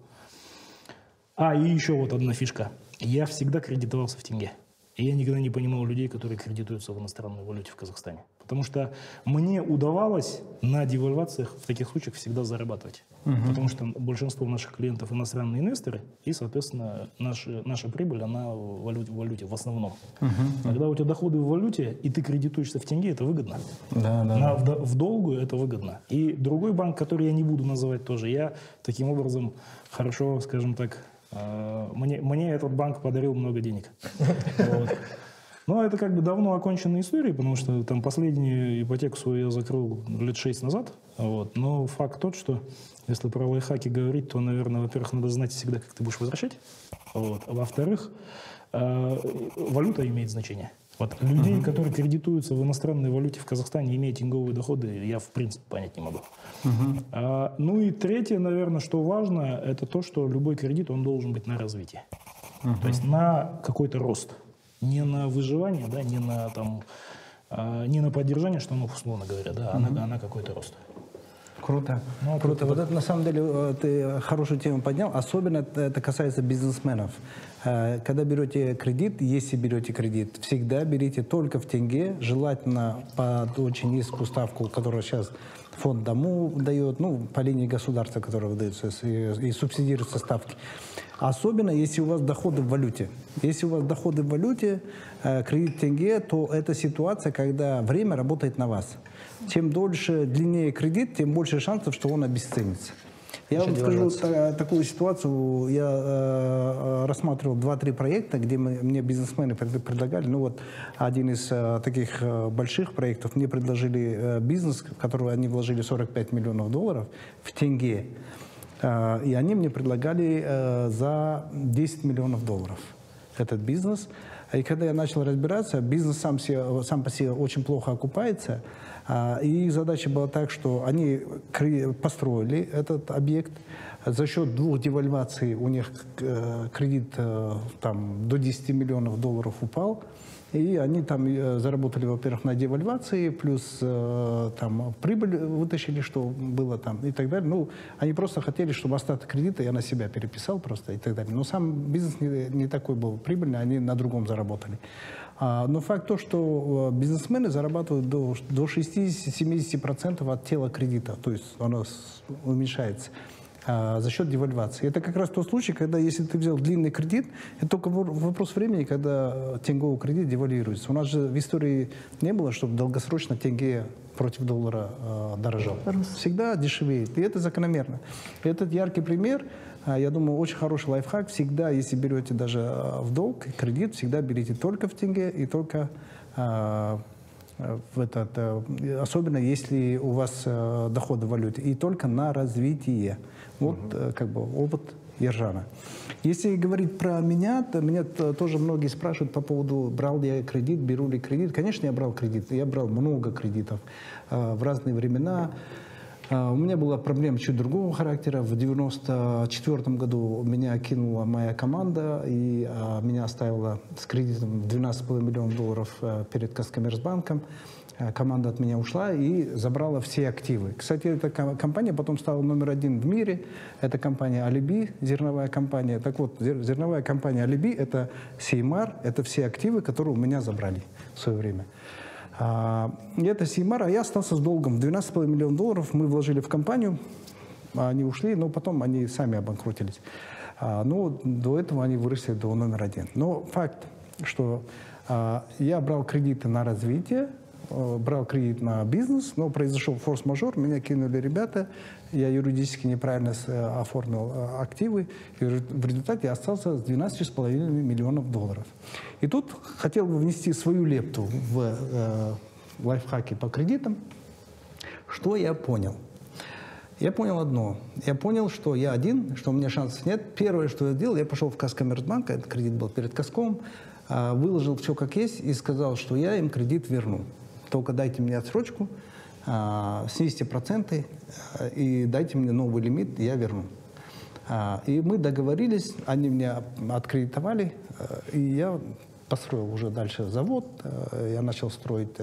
А, и еще вот одна фишка. Я всегда кредитовался в тенге. И я никогда не понимал людей, которые кредитуются в иностранной валюте в Казахстане. Потому что мне удавалось на девальвациях в таких случаях всегда зарабатывать. Uh-huh. Потому что большинство наших клиентов иностранные инвесторы, и, соответственно, наша, наша прибыль, она в валюте, в валюте в основном. Uh-huh. Когда у тебя доходы в валюте, и ты кредитуешься в тенге, это выгодно. Да, да, на, в, в долгую это выгодно. И другой банк, который я не буду называть тоже, я таким образом хорошо, скажем так, Мне, мне этот банк подарил много денег. Вот. Но это как бы давно оконченная история, потому что там последнюю ипотеку свою я закрыл лет шесть назад. Вот. Но факт тот, что если про лайфхаки говорить, то, наверное, во-первых, надо знать всегда, как ты будешь возвращать. Вот. А во-вторых, э, валюта имеет значение. Вот. Людей, uh-huh. которые кредитуются в иностранной валюте в Казахстане, имея деньговые доходы, я в принципе понять не могу. Uh-huh. А, ну и третье, наверное, что важно, это то, что любой кредит, он должен быть на развитие. Uh-huh. То есть на какой-то рост. Не на выживание, да, не на, там, а, не на поддержание штанов, условно говоря, да, uh-huh. а на, а на какой-то рост. Круто. Ну, Круто. Вот это на самом деле ты хорошую тему поднял. Особенно это касается бизнесменов. Когда берете кредит, если берете кредит, всегда берите только в тенге, желательно под очень низкую ставку, которую сейчас фонд дому дает, ну, по линии государства, которая выдается, и, и субсидируются ставки. Особенно, если у вас доходы в валюте. Если у вас доходы в валюте, кредит в тенге, то это ситуация, когда время работает на вас. Чем дольше, длиннее кредит, тем больше шансов, что он обесценится. Я Еще вам скажу девальвация. та, такую ситуацию. Я э, рассматривал два-три проекта, где мы, мне бизнесмены пред- предлагали. Ну вот один из э, таких э, больших проектов мне предложили э, бизнес, в который они вложили сорок пять миллионов долларов в тенге. Э, и они мне предлагали э, за десять миллионов долларов этот бизнес. И когда я начал разбираться, бизнес сам, себе, сам по себе очень плохо окупается. И их задача была так, что они построили этот объект. За счет двух девальваций у них кредит там, до десяти миллионов долларов упал. И они там заработали, во-первых, на девальвации, плюс там прибыль вытащили, что было там и так далее. Ну, они просто хотели, чтобы остаток кредита я на себя переписал просто и так далее. Но сам бизнес не, не такой был прибыльный, они на другом заработали. А, но факт то, что бизнесмены зарабатывают до, до шестидесяти-семидесяти процентов от тела кредита, то есть оно уменьшается за счет девальвации. Это как раз тот случай, когда если ты взял длинный кредит, это только вопрос времени, когда тенговый кредит девальвируется. У нас же в истории не было, чтобы долгосрочно тенге против доллара э, дорожал. Всегда дешевеет, и это закономерно. Этот яркий пример, э, я думаю, очень хороший лайфхак. Всегда, если берете даже в долг кредит, всегда берите только в тенге и только э, в этот, э, особенно если у вас э, доходы в валюте, и только на развитие. Вот uh-huh. как бы опыт Ержана. Если говорить про меня, то меня тоже многие спрашивают по поводу, брал ли я кредит, беру ли кредит. Конечно, я брал кредит. Я брал много кредитов э, в разные времена. Э, у меня была проблема чуть другого характера. В девяносто четвёртом году меня кинула моя команда и э, меня оставила с кредитом в двенадцать с половиной миллионов долларов э, перед Казкоммерцбанком. Команда от меня ушла и забрала все активы. Кстати, эта компания потом стала номер один в мире. Это компания Алиби, зерновая компания. Так вот, зерновая компания Алиби – это Сеймар, это все активы, которые у меня забрали в свое время. И это Сеймар, а я остался с долгом. двенадцать с половиной миллионов долларов мы вложили в компанию, они ушли, но потом они сами обанкротились. Но до этого они выросли до номер один. Но факт, что я брал кредиты на развитие, брал кредит на бизнес, но произошел форс-мажор, меня кинули ребята, я юридически неправильно оформил активы, и в результате я остался с двенадцатью с половиной миллионов долларов. И тут хотел бы внести свою лепту в э, лайфхаки по кредитам. Что я понял? Я понял одно. Я понял, что я один, что у меня шансов нет. Первое, что я сделал, я пошел в Казкоммерцбанк, этот кредит был перед Казком, выложил все как есть и сказал, что я им кредит верну. Только дайте мне отсрочку, снизьте проценты и дайте мне новый лимит, я верну. И мы договорились, они меня откредитовали, и я построил уже дальше завод. Я начал строить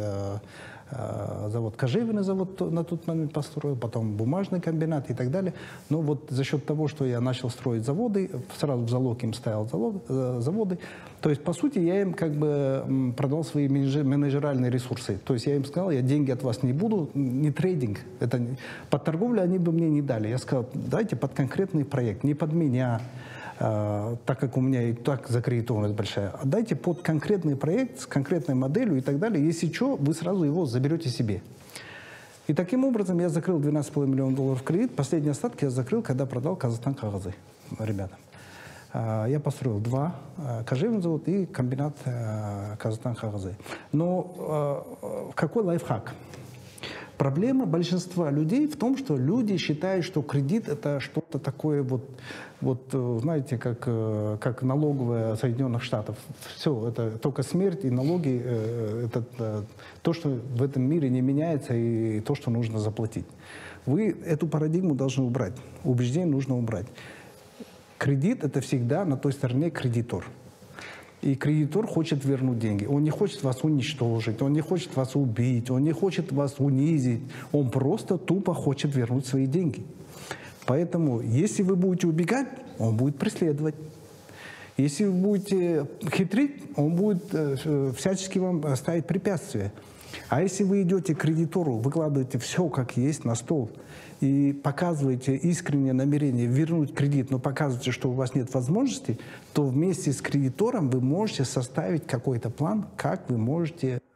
завод, кожевенный завод на тот момент построил, потом бумажный комбинат и так далее. Но вот за счет того, что я начал строить заводы, сразу в залог им ставил залог, заводы, то есть, по сути, я им как бы продал свои менеджеральные ресурсы. То есть я им сказал, я деньги от вас не буду, не трейдинг, это под торговлю они бы мне не дали. Я сказал, дайте под конкретный проект, не под меня, Uh, так как у меня и так закредитованность большая, отдайте под конкретный проект с конкретной моделью и так далее. Если что, вы сразу его заберете себе. И таким образом я закрыл двенадцать с половиной миллионов долларов кредит. Последние остатки я закрыл, когда продал Казахстан Кагазы ребятам. Uh, я построил два, uh, кожевенный завод и комбинат uh, Казахстан Кагазы. Но uh, какой лайфхак? Проблема большинства людей в том, что люди считают, что кредит – это что-то такое, вот, вот, знаете, как, как налоговая Соединенных Штатов. Все, это только смерть и налоги – это то, что в этом мире не меняется, и то, что нужно заплатить. Вы эту парадигму должны убрать, убеждение нужно убрать. Кредит – это всегда на той стороне кредитор. И кредитор хочет вернуть деньги. Он не хочет вас уничтожить, он не хочет вас убить, он не хочет вас унизить. Он просто тупо хочет вернуть свои деньги. Поэтому, если вы будете убегать, он будет преследовать. Если вы будете хитрить, он будет э, всячески вам ставить препятствия. А если вы идете к кредитору, выкладываете все как есть на стол и показываете искреннее намерение вернуть кредит, но показываете, что у вас нет возможности, то вместе с кредитором вы можете составить какой-то план, как вы можете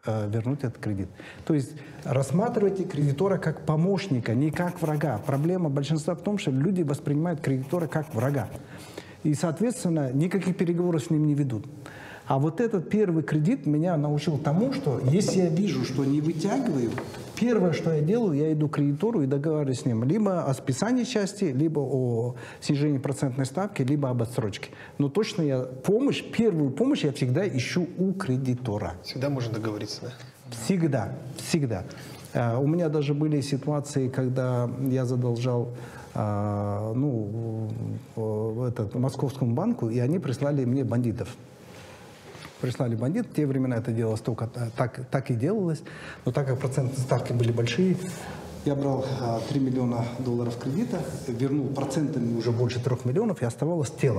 э, вернуть этот кредит. То есть рассматривайте кредитора как помощника, не как врага. Проблема большинства в том, что люди воспринимают кредитора как врага. И, соответственно, никаких переговоров с ним не ведут. А вот этот первый кредит меня научил тому, что если я вижу, что не вытягиваю, первое, что я делаю, я иду к кредитору и договариваюсь с ним либо о списании части, либо о снижении процентной ставки, либо об отсрочке. Но точно я помощь, первую помощь я всегда ищу у кредитора. Всегда можно договориться, да? Всегда, всегда. Uh, у меня даже были ситуации, когда я задолжал uh, ну, uh, этот, Московскому банку, и они прислали мне бандитов. Прислали бандит. В те времена это делалось только так, так и делалось. Но так как процентные ставки были большие, я брал а, три миллиона долларов кредита, вернул процентами уже больше трех миллионов, и оставалось тело.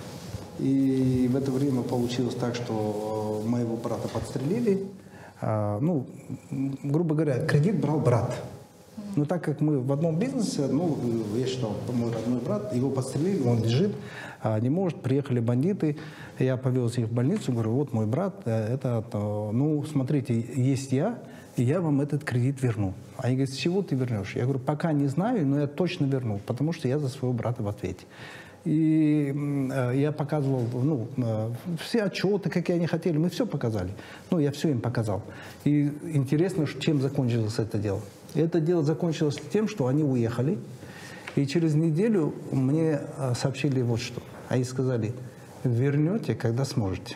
И в это время получилось так, что моего брата подстрелили. А, ну, грубо говоря, кредит брал брат. Но так как мы в одном бизнесе, ну, я считал, мой родной брат, его подстрелили, он лежит, а, не может, приехали бандиты, я повез их в больницу, говорю, вот мой брат, это, ну, смотрите, есть я, и я вам этот кредит верну. Они говорят, с чего ты вернешь? Я говорю, пока не знаю, но я точно верну, потому что я за своего брата в ответе. И э, я показывал, ну, э, все отчеты, какие они хотели, мы все показали. Ну, я все им показал. И интересно, чем закончилось это дело. И это дело закончилось тем, что они уехали. И через неделю мне э, сообщили вот что. Они сказали, вернете, когда сможете.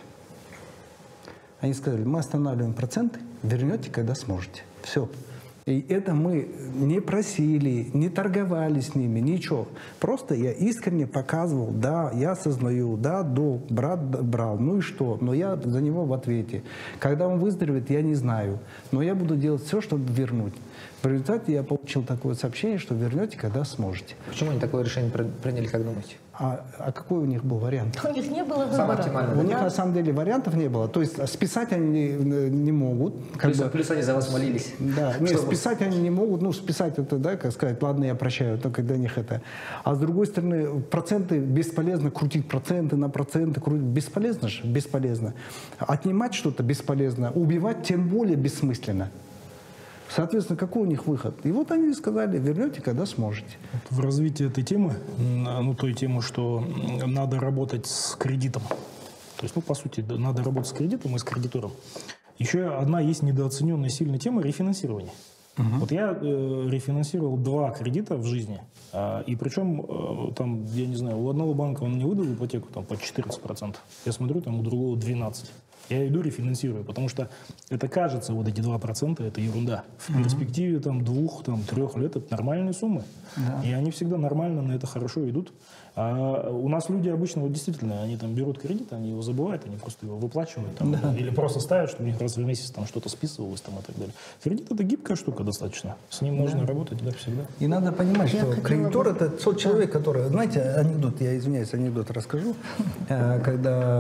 Они сказали, мы останавливаем проценты, вернете, когда сможете. Все. И это мы не просили, не торговали с ними, ничего. Просто я искренне показывал, да, я осознаю, да, долг брат брал, ну и что, но я за него в ответе. Когда он выздоровеет, я не знаю, но я буду делать все, чтобы вернуть. В результате я получил такое сообщение, что вернете, когда сможете. Почему они такое решение приняли, как думаете? А, а какой у них был вариант? У них не было Самое выбора. оптимальное. У них на самом деле вариантов не было. То есть списать они не, не могут. Как Плюс, бы, плюс они за вас молились. да, нет, Чтобы- списать они не могут. Ну, списать это, да, как сказать, ладно, я прощаю, только для них это. А с другой стороны, проценты бесполезно, крутить проценты на проценты, крутить бесполезно же, бесполезно. Отнимать что-то бесполезно, убивать тем более бессмысленно. Соответственно, какой у них выход? И вот они сказали, вернете, когда сможете. В развитии этой темы, ну, той темы, что надо работать с кредитом. То есть, ну, по сути, да, надо работать с кредитом и с кредитором. Еще одна есть недооцененная сильная тема – рефинансирование. Uh-huh. Вот я э, рефинансировал два кредита в жизни. А, и причем, э, там, я не знаю, у одного банка он мне выдал ипотеку там, по четырнадцать процентов. Я смотрю, там у другого двенадцать процентов. Я иду рефинансирую, потому что это кажется, вот эти два процента, это ерунда. В uh-huh. перспективе там, двух, там, трех лет это нормальные суммы. Uh-huh. И они всегда нормально на это хорошо идут. А у нас люди обычно, вот действительно, они там берут кредит, они его забывают, они просто его выплачивают. Там, uh-huh. Или просто ставят, чтобы у них раз в месяц там что-то списывалось там, и так далее. Кредит – это гибкая штука достаточно. С ним можно uh-huh. работать да, всегда. И надо понимать, Я что кредитор бы... – это тот человек, который… Знаете, анекдот, я извиняюсь, анекдот расскажу. Когда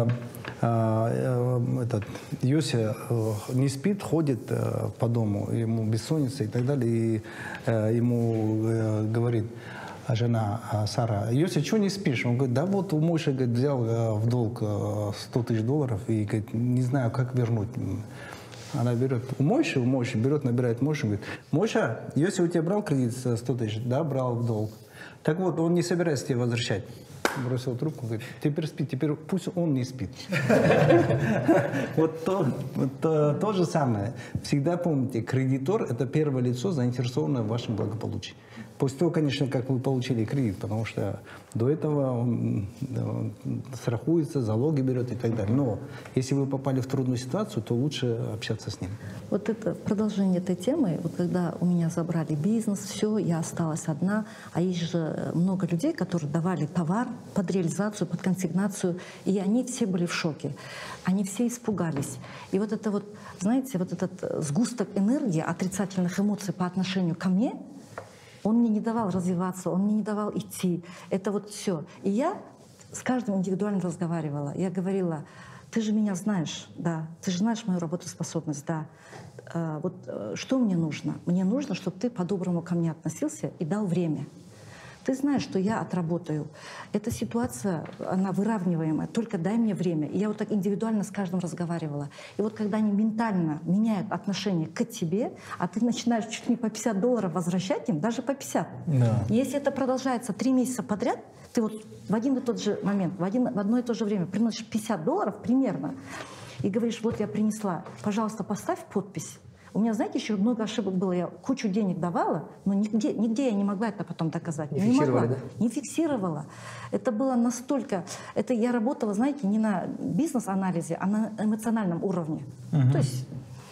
этот Йося не спит, ходит по дому, ему бессонница и так далее, и ему говорит жена Сара, Йося, что не спишь? Он говорит, да вот у Мойши говорит, взял в долг сто тысяч долларов и говорит, не знаю, как вернуть. Она берет у Мойши, у Мойши берет, набирает Мойши, говорит, Мойша, Йося у тебя брал кредит сто тысяч? Да, брал в долг. Так вот, он не собирается тебе возвращать. Бросил трубку, говорит, теперь спи, теперь пусть он не спит. Вот то же самое. Всегда помните, кредитор – это первое лицо, заинтересованное в вашем благополучии. После того, конечно, как вы получили кредит, потому что до этого он, он страхуется, залоги берет и так далее. Но если вы попали в трудную ситуацию, то лучше общаться с ним. Вот это продолжение этой темы, вот когда у меня забрали бизнес, все, я осталась одна, а есть же много людей, которые давали товар под реализацию, под консигнацию, и они все были в шоке, они все испугались. И вот это вот, знаете, вот этот сгусток энергии, отрицательных эмоций по отношению ко мне, он мне не давал развиваться, он мне не давал идти. Это вот все. И я с каждым индивидуально разговаривала. Я говорила, ты же меня знаешь, да, ты же знаешь мою работоспособность, да. А, вот что мне нужно? Мне нужно, чтобы ты по-доброму ко мне относился и дал время. Ты знаешь, что я отработаю. Эта ситуация, она выравниваемая, только дай мне время. И я вот так индивидуально с каждым разговаривала. И вот когда они ментально меняют отношение к тебе, а ты начинаешь чуть не по пятьдесят долларов возвращать им, даже по пятьдесят. Да. Если это продолжается три месяца подряд, ты вот в один и тот же момент, в, один, в одно и то же время приносишь пятьдесят долларов примерно и говоришь, вот я принесла, пожалуйста, поставь подпись. У меня, знаете, еще много ошибок было. Я кучу денег давала, но нигде, нигде я не могла это потом доказать. Не, не фиксировали, могла, да? Не фиксировала. Это было настолько... Это я работала, знаете, не на бизнес-анализе, а на эмоциональном уровне. Угу. То есть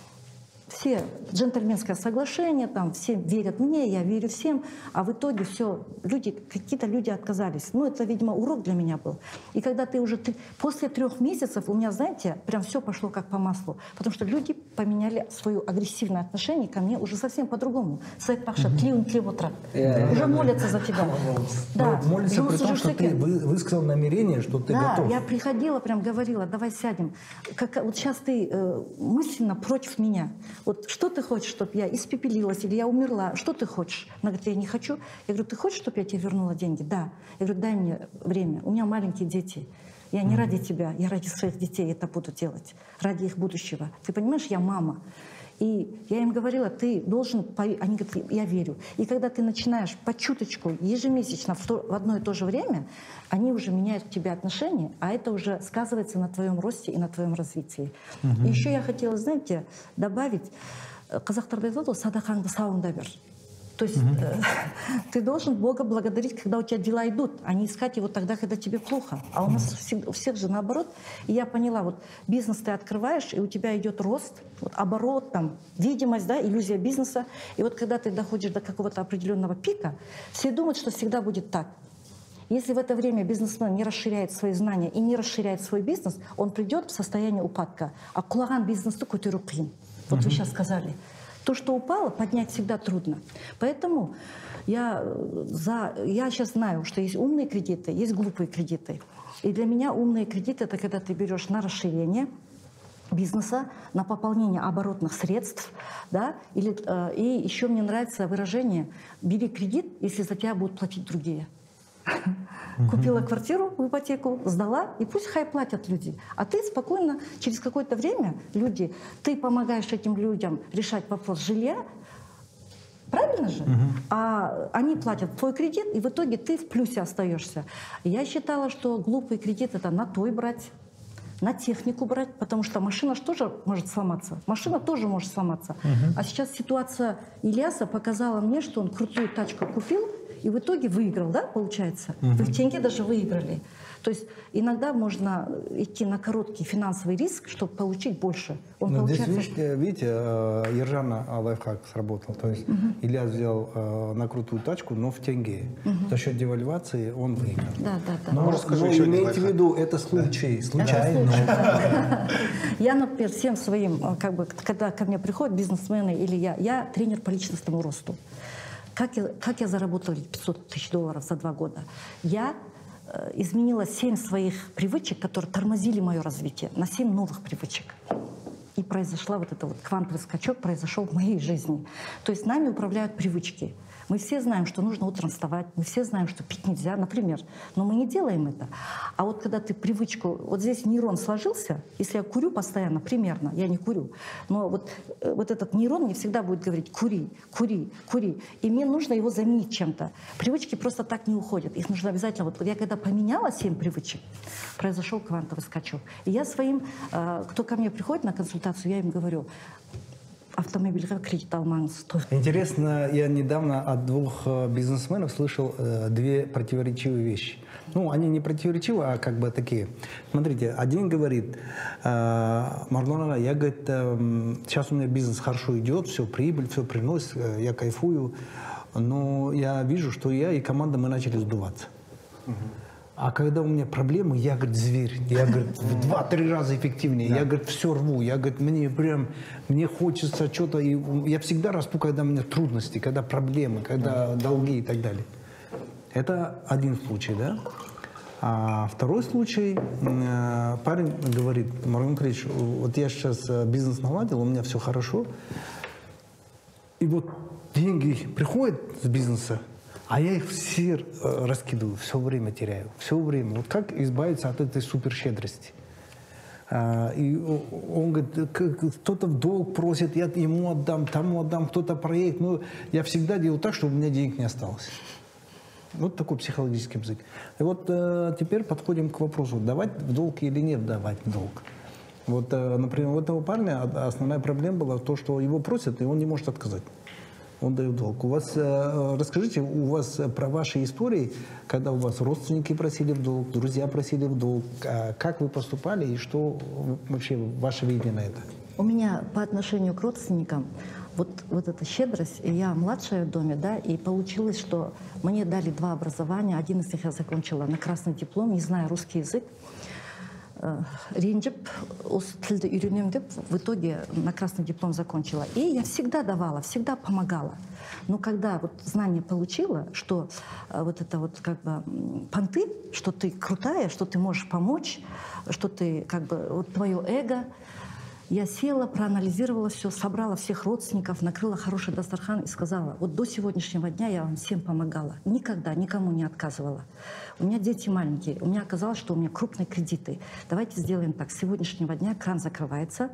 все джентльменское соглашение, там все верят мне, я верю всем, а в итоге все, люди, какие-то люди отказались. Ну, это, видимо, урок для меня был. И когда ты уже ты, после трех месяцев, у меня, знаете, прям все пошло как по маслу, потому что люди поменяли свое агрессивное отношение ко мне уже совсем по-другому. Сайт Паша, клиун климотра. Уже молятся за тебя. Да. Молятся при том, что ты высказал намерение, что ты готов. Да, я приходила, прям говорила, давай сядем. Как, вот сейчас ты э, мысленно против меня. Вот что ты хочешь, чтобы я испепелилась или я умерла? Что ты хочешь? Она говорит, я не хочу. Я говорю, ты хочешь, чтобы я тебе вернула деньги? Да. Я говорю, дай мне время. У меня маленькие дети. Я не ради тебя, я ради своих детей это буду делать. Ради их будущего. Ты понимаешь, я мама. И я им говорила, ты должен... Они говорят, я верю. И когда ты начинаешь по чуточку, ежемесячно, в, то, в одно и то же время, они уже меняют к тебе отношения, а это уже сказывается на твоем росте и на твоем развитии. Mm-hmm. И еще я хотела, знаете, добавить, қазақтарда айтады ғой, садақаңды сауында бер. То есть mm-hmm. э, ты должен Бога благодарить, когда у тебя дела идут, а не искать его тогда, когда тебе плохо. А у нас всег, у всех же наоборот. И я поняла, вот бизнес ты открываешь, и у тебя идет рост, вот, оборот, там, видимость, да, иллюзия бизнеса. И вот когда ты доходишь до какого-то определенного пика, все думают, что всегда будет так. Если в это время бизнесмен не расширяет свои знания и не расширяет свой бизнес, он придет в состояние упадка. А кулаган бизнесу көтеру қиын. Вот mm-hmm. вы сейчас сказали. То, что упало, поднять всегда трудно. Поэтому я, за, я сейчас знаю, что есть умные кредиты, есть глупые кредиты. И для меня умные кредиты — это когда ты берешь на расширение бизнеса, на пополнение оборотных средств. Да? Или, э, и еще мне нравится выражение «бери кредит, если за тебя будут платить другие». Купила квартиру в ипотеку, сдала, и пусть хай платят люди. А ты спокойно, через какое-то время люди, ты помогаешь этим людям решать вопрос жилья, правильно же? Uh-huh. А они платят твой кредит, и в итоге ты в плюсе остаешься. Я считала, что глупый кредит — это на той брать, на технику брать, потому что машина же тоже может сломаться. Машина тоже может сломаться. Uh-huh. А сейчас ситуация Ильяса показала мне, что он крутую тачку купил, и в итоге выиграл, да, получается? Угу. Вы в деньги даже выиграли. То есть иногда можно идти на короткий финансовый риск, чтобы получить больше. Он Но получается... Здесь, видите, видите, Ержана лайфхак сработал. То есть угу. Илья взял э, на крутую тачку, но в тенге. Угу. За счет девальвации он выиграл. Да, да, да. Но, но, но имейте в виду, это случай, случайно. Я, например, всем своим, как бы, когда ко мне приходят бизнесмены или я, я тренер по личностному росту. Как я, как я заработала пятьсот тысяч долларов за два года? Я э, изменила семь своих привычек, которые тормозили мое развитие, на семь новых привычек. И произошла вот это вот квантовый скачок, произошел в моей жизни. То есть нами управляют привычки. Мы все знаем, что нужно утром вставать, мы все знаем, что пить нельзя, например, но мы не делаем это. А вот когда ты привычку, вот здесь нейрон сложился, если я курю постоянно, примерно, я не курю, но вот, вот этот нейрон мне всегда будет говорить «кури, кури, кури», и мне нужно его заменить чем-то. Привычки просто так не уходят, их нужно обязательно, вот я когда поменяла семь привычек, произошел квантовый скачок. И я своим, кто ко мне приходит на консультацию, я им говорю: автомобильға кредит алмаңыз. Интересно, я недавно от двух бизнесменов слышал э, две противоречивые вещи. Ну, они не противоречивые, а как бы такие. Смотрите, один говорит: э, Марлон, я, говорит, э, сейчас у меня бизнес хорошо идет, все прибыль, все приносит, э, я кайфую, но я вижу, что я и команда, мы начали сдуваться. Угу. А когда у меня проблемы, я, говорит, зверь. Я, говорит, в два-три раза эффективнее. Да. Я, говорит, все рву. Я, говорит, мне прям, мне хочется что-то. И я всегда расту, когда у меня трудности, когда проблемы, когда да. долги и так далее. Это один случай, да? А второй случай, парень говорит: Марлон Крич, вот я сейчас бизнес наладил, у меня все хорошо. И вот деньги приходят с бизнеса, А я их все э, раскидываю, все время теряю, все время. Вот как избавиться от этой суперщедрости? А, и он говорит, кто-то в долг просит, я ему отдам, тому отдам, кто-то проект. Ну, я всегда делаю так, чтобы у меня денег не осталось. Вот такой психологический язык. И вот э, теперь подходим к вопросу, давать в долг или нет давать в долг. Вот, э, например, у этого парня основная проблема была в том, что его просят, и он не может отказать. Он дает долг. У вас, э, расскажите, у вас про ваши истории, когда у вас родственники просили в долг, друзья просили в долг, э, как вы поступали и что вообще ваше видение на это? У меня по отношению к родственникам вот, вот эта щедрость, и я младшая в доме, да, и получилось, что мне дали два образования, один из них я закончила на красный диплом, не зная русский язык. Ренжіп, осы тілді үйренемін деп, в итоге на красный диплом закончила. И я всегда давала, всегда помогала. Но когда вот знание получила, что вот это вот как бы понты, что ты крутая, что ты можешь помочь, что ты как бы вот твое эго, я села, проанализировала все, собрала всех родственников, накрыла хороший дастархан и сказала, вот до сегодняшнего дня я вам всем помогала, никогда никому не отказывала. У меня дети маленькие, у меня оказалось, что у меня крупные кредиты. Давайте сделаем так, с сегодняшнего дня кран закрывается,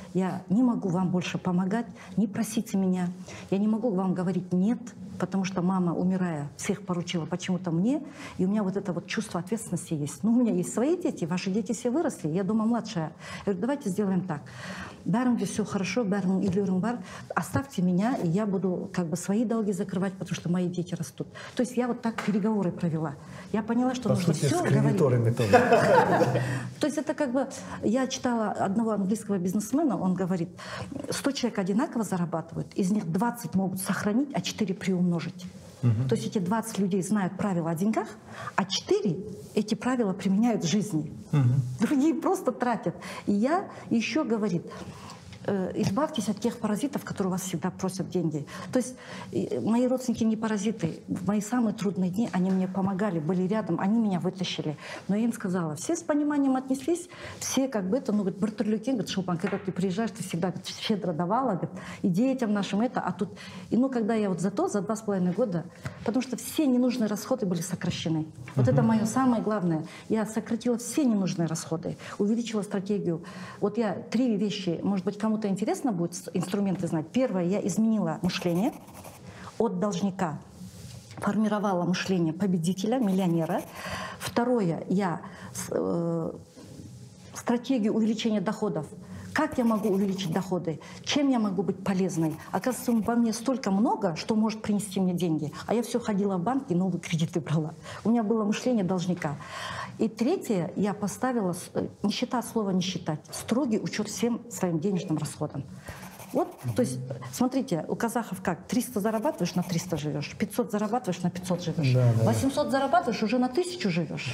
я не могу вам больше помогать, не просите меня, я не могу вам говорить «нет», потому что мама, умирая, всех поручила почему-то мне, и у меня вот это вот чувство ответственности есть. Ну, у меня есть свои дети, ваши дети все выросли, я дома младшая. Я говорю, давайте сделаем так. Бәріңде все хорошо, бәрінің үйлерің бар, оставьте меня, и я буду как бы свои долги закрывать, потому что мои дети растут. То есть я вот так переговоры провела. Я поняла, что по нужно сути, все с кредиторами говорить. тоже. То есть это как бы, я читала одного английского бизнесмена, он говорит, сто человек одинаково зарабатывают, из них двадцать могут сохранить, а четыре приумножить. Uh-huh. То есть эти двадцать людей знают правила о деньгах, а четыре эти правила применяют в жизни. Uh-huh. Другие просто тратят. И я еще, говорит, э, избавьтесь от тех паразитов, которые вас всегда просят деньги. То есть э, мои родственники не паразиты. В мои самые трудные дни они мне помогали, были рядом, они меня вытащили. Но я им сказала, все с пониманием отнеслись, все как бы это, ну, говорит, Бартурлюкен, говорит, Шолпан, когда ты приезжаешь, ты всегда говорит, щедро давала, говорит, и детям нашим это, а тут... И ну, когда я вот за то, за два с половиной года, потому что все ненужные расходы были сокращены. Вот uh-huh. это мое самое главное. Я сократила все ненужные расходы, увеличила стратегию. Вот я три вещи, может быть, кому-то интересно будет инструменты знать. Первое, я изменила мышление от должника, формировала мышление победителя, миллионера. Второе, я э, стратегию увеличения доходов. Как я могу увеличить доходы? Чем я могу быть полезной? Оказывается, во мне столько много, что может принести мне деньги. А я все ходила в банк и новые кредиты брала. У меня было мышление должника. И третье, я поставила, не считать слова «не считать», строгий учет всем своим денежным расходам. Вот, то есть, смотрите, у казахов как? триста зарабатываешь, на триста живешь, пятьсот зарабатываешь, на пятьсот живешь, да, да. восемьсот зарабатываешь, уже на тысячу живешь.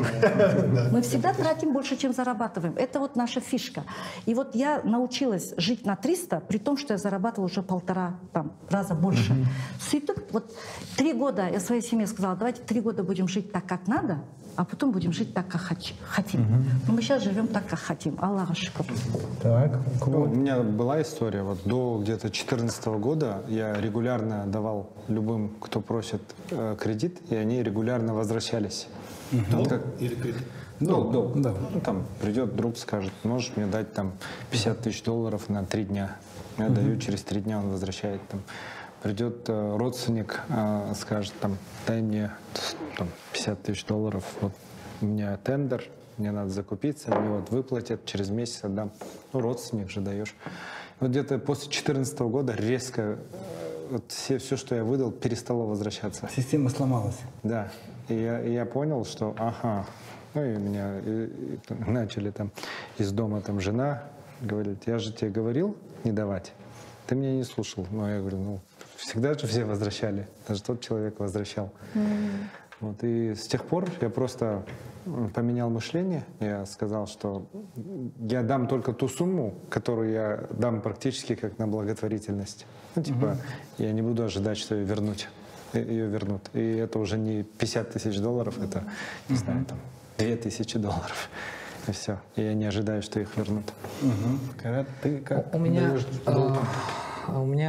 Мы всегда тратим больше, чем зарабатываем. Это вот наша фишка. И вот я научилась жить на триста, при том, что я зарабатывала уже полтора там, раза больше. Сөйтіп, вот три года я своей семье сказала, давайте три года будем жить так, как надо, а потом будем жить так, как хотим. Угу. Но мы сейчас живем так, как хотим. Аллаху шукр. Так, ну, у меня была история. Вот до где-то две тысячи четырнадцатого года я регулярно давал любым, кто просит э, кредит, и они регулярно возвращались. Угу. Как... Или кредит? Ну, ну, да. Ну, там придет друг, скажет, можешь мне дать там пятьдесят тысяч долларов на три дня. Я угу. даю, через три дня он возвращает. Там. Придет э, родственник, э, скажет, там, дай мне там, пятьдесят тысяч долларов, вот у меня тендер, мне надо закупиться, мне вот выплатят, через месяц отдам. Ну, родственник же даешь. Вот где-то после две тысячи четырнадцатого года резко э, вот все, все, что я выдал, перестало возвращаться. Система сломалась. Да. И я, и я понял, что ага. Ну и меня и, и, начали там из дома там жена говорит, я же тебе говорил не давать. Ты меня не слушал. Но я говорю, ну, всегда же все возвращали. Даже тот человек возвращал. Mm. Вот, и с тех пор я просто поменял мышление. Я сказал, что я дам только ту сумму, которую я дам практически как на благотворительность. Ну, типа, mm-hmm. я не буду ожидать, что ее вернуть. Ее вернут. И это уже не пятьдесят тысяч долларов, это, не mm-hmm. знаю, там, две тысячи долларов. И все. И я не ожидаю, что их вернут. Угу. Карат, ты как? У меня, э, у меня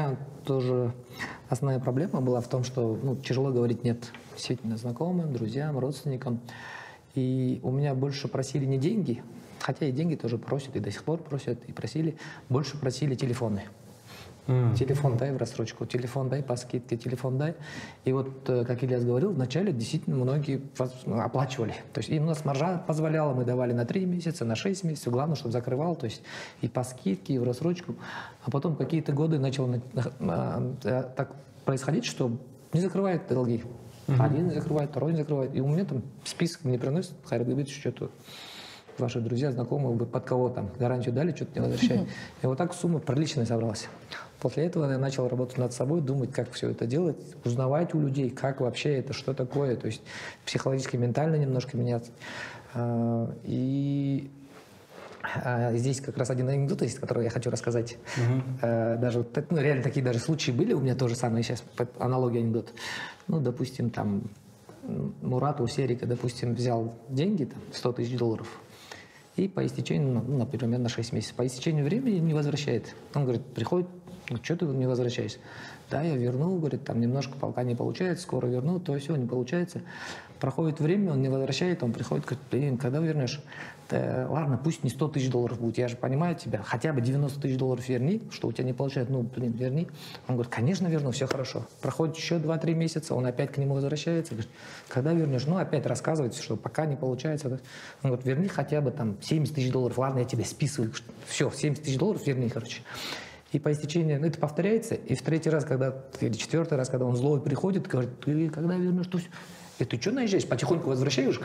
тоже основная проблема была в том, что ну, тяжело говорить «нет» действительно знакомым, друзьям, родственникам. И у меня больше просили не деньги, хотя и деньги тоже просят, и до сих пор просят, и просили, больше просили телефоны. Mm. Телефон дай в рассрочку, телефон дай по скидке, телефон дай. И вот, как Ильяс говорил, вначале действительно многие оплачивали. То есть им у нас маржа позволяла, мы давали на три месяца, на шесть месяцев. Главное, чтобы закрывал, то есть и по скидке, и в рассрочку. А потом какие-то годы начало так происходить, что не закрывают долги. Mm-hmm. Один не закрывает, второй не закрывает. И у меня там список мне приносит, Хайрат Габидович, что-то ваши друзья, знакомые, вы под кого там гарантию дали, что-то не возвращают. И вот так сумма приличная собралась. После этого я начал работать над собой, думать, как все это делать, узнавать у людей, как вообще это, что такое, то есть психологически, ментально немножко меняться. И здесь как раз один анекдот есть, который я хочу рассказать. Uh-huh. Даже вот, ну, реально такие даже случаи были, у меня тоже самое сейчас, аналогия анекдот. Ну, допустим, там Мурат у Серика, допустим, взял деньги, там, сто тысяч долларов, и по истечению, ну, например, на шесть месяцев, по истечению времени не возвращает. Он говорит, приходит, ну, что ты не возвращаешься? Да, я верну, говорит, там немножко пока не получается, скоро верну, то все, не получается. Проходит время, он не возвращает, он приходит, говорит, блин, когда вернешь? Да, ладно, пусть не сто тысяч долларов будет, я же понимаю тебя, хотя бы девяносто тысяч долларов верни, что у тебя не получается, ну, блин, верни. Он говорит, конечно, верну, все хорошо. Проходит еще два-три месяца, он опять к нему возвращается, говорит, когда вернешь? Ну, опять рассказывает, что пока не получается. Он говорит, верни хотя бы там семьдесят тысяч долларов, ладно, я тебе списываю, все, семьдесят тысяч долларов верни, короче. И по истечении, ну, это повторяется, и в третий раз, когда, или четвертый раз, когда он злой приходит, говорит, ты когда вернешь? То есть, и ты что наезжаешь? Потихоньку возвращаешь?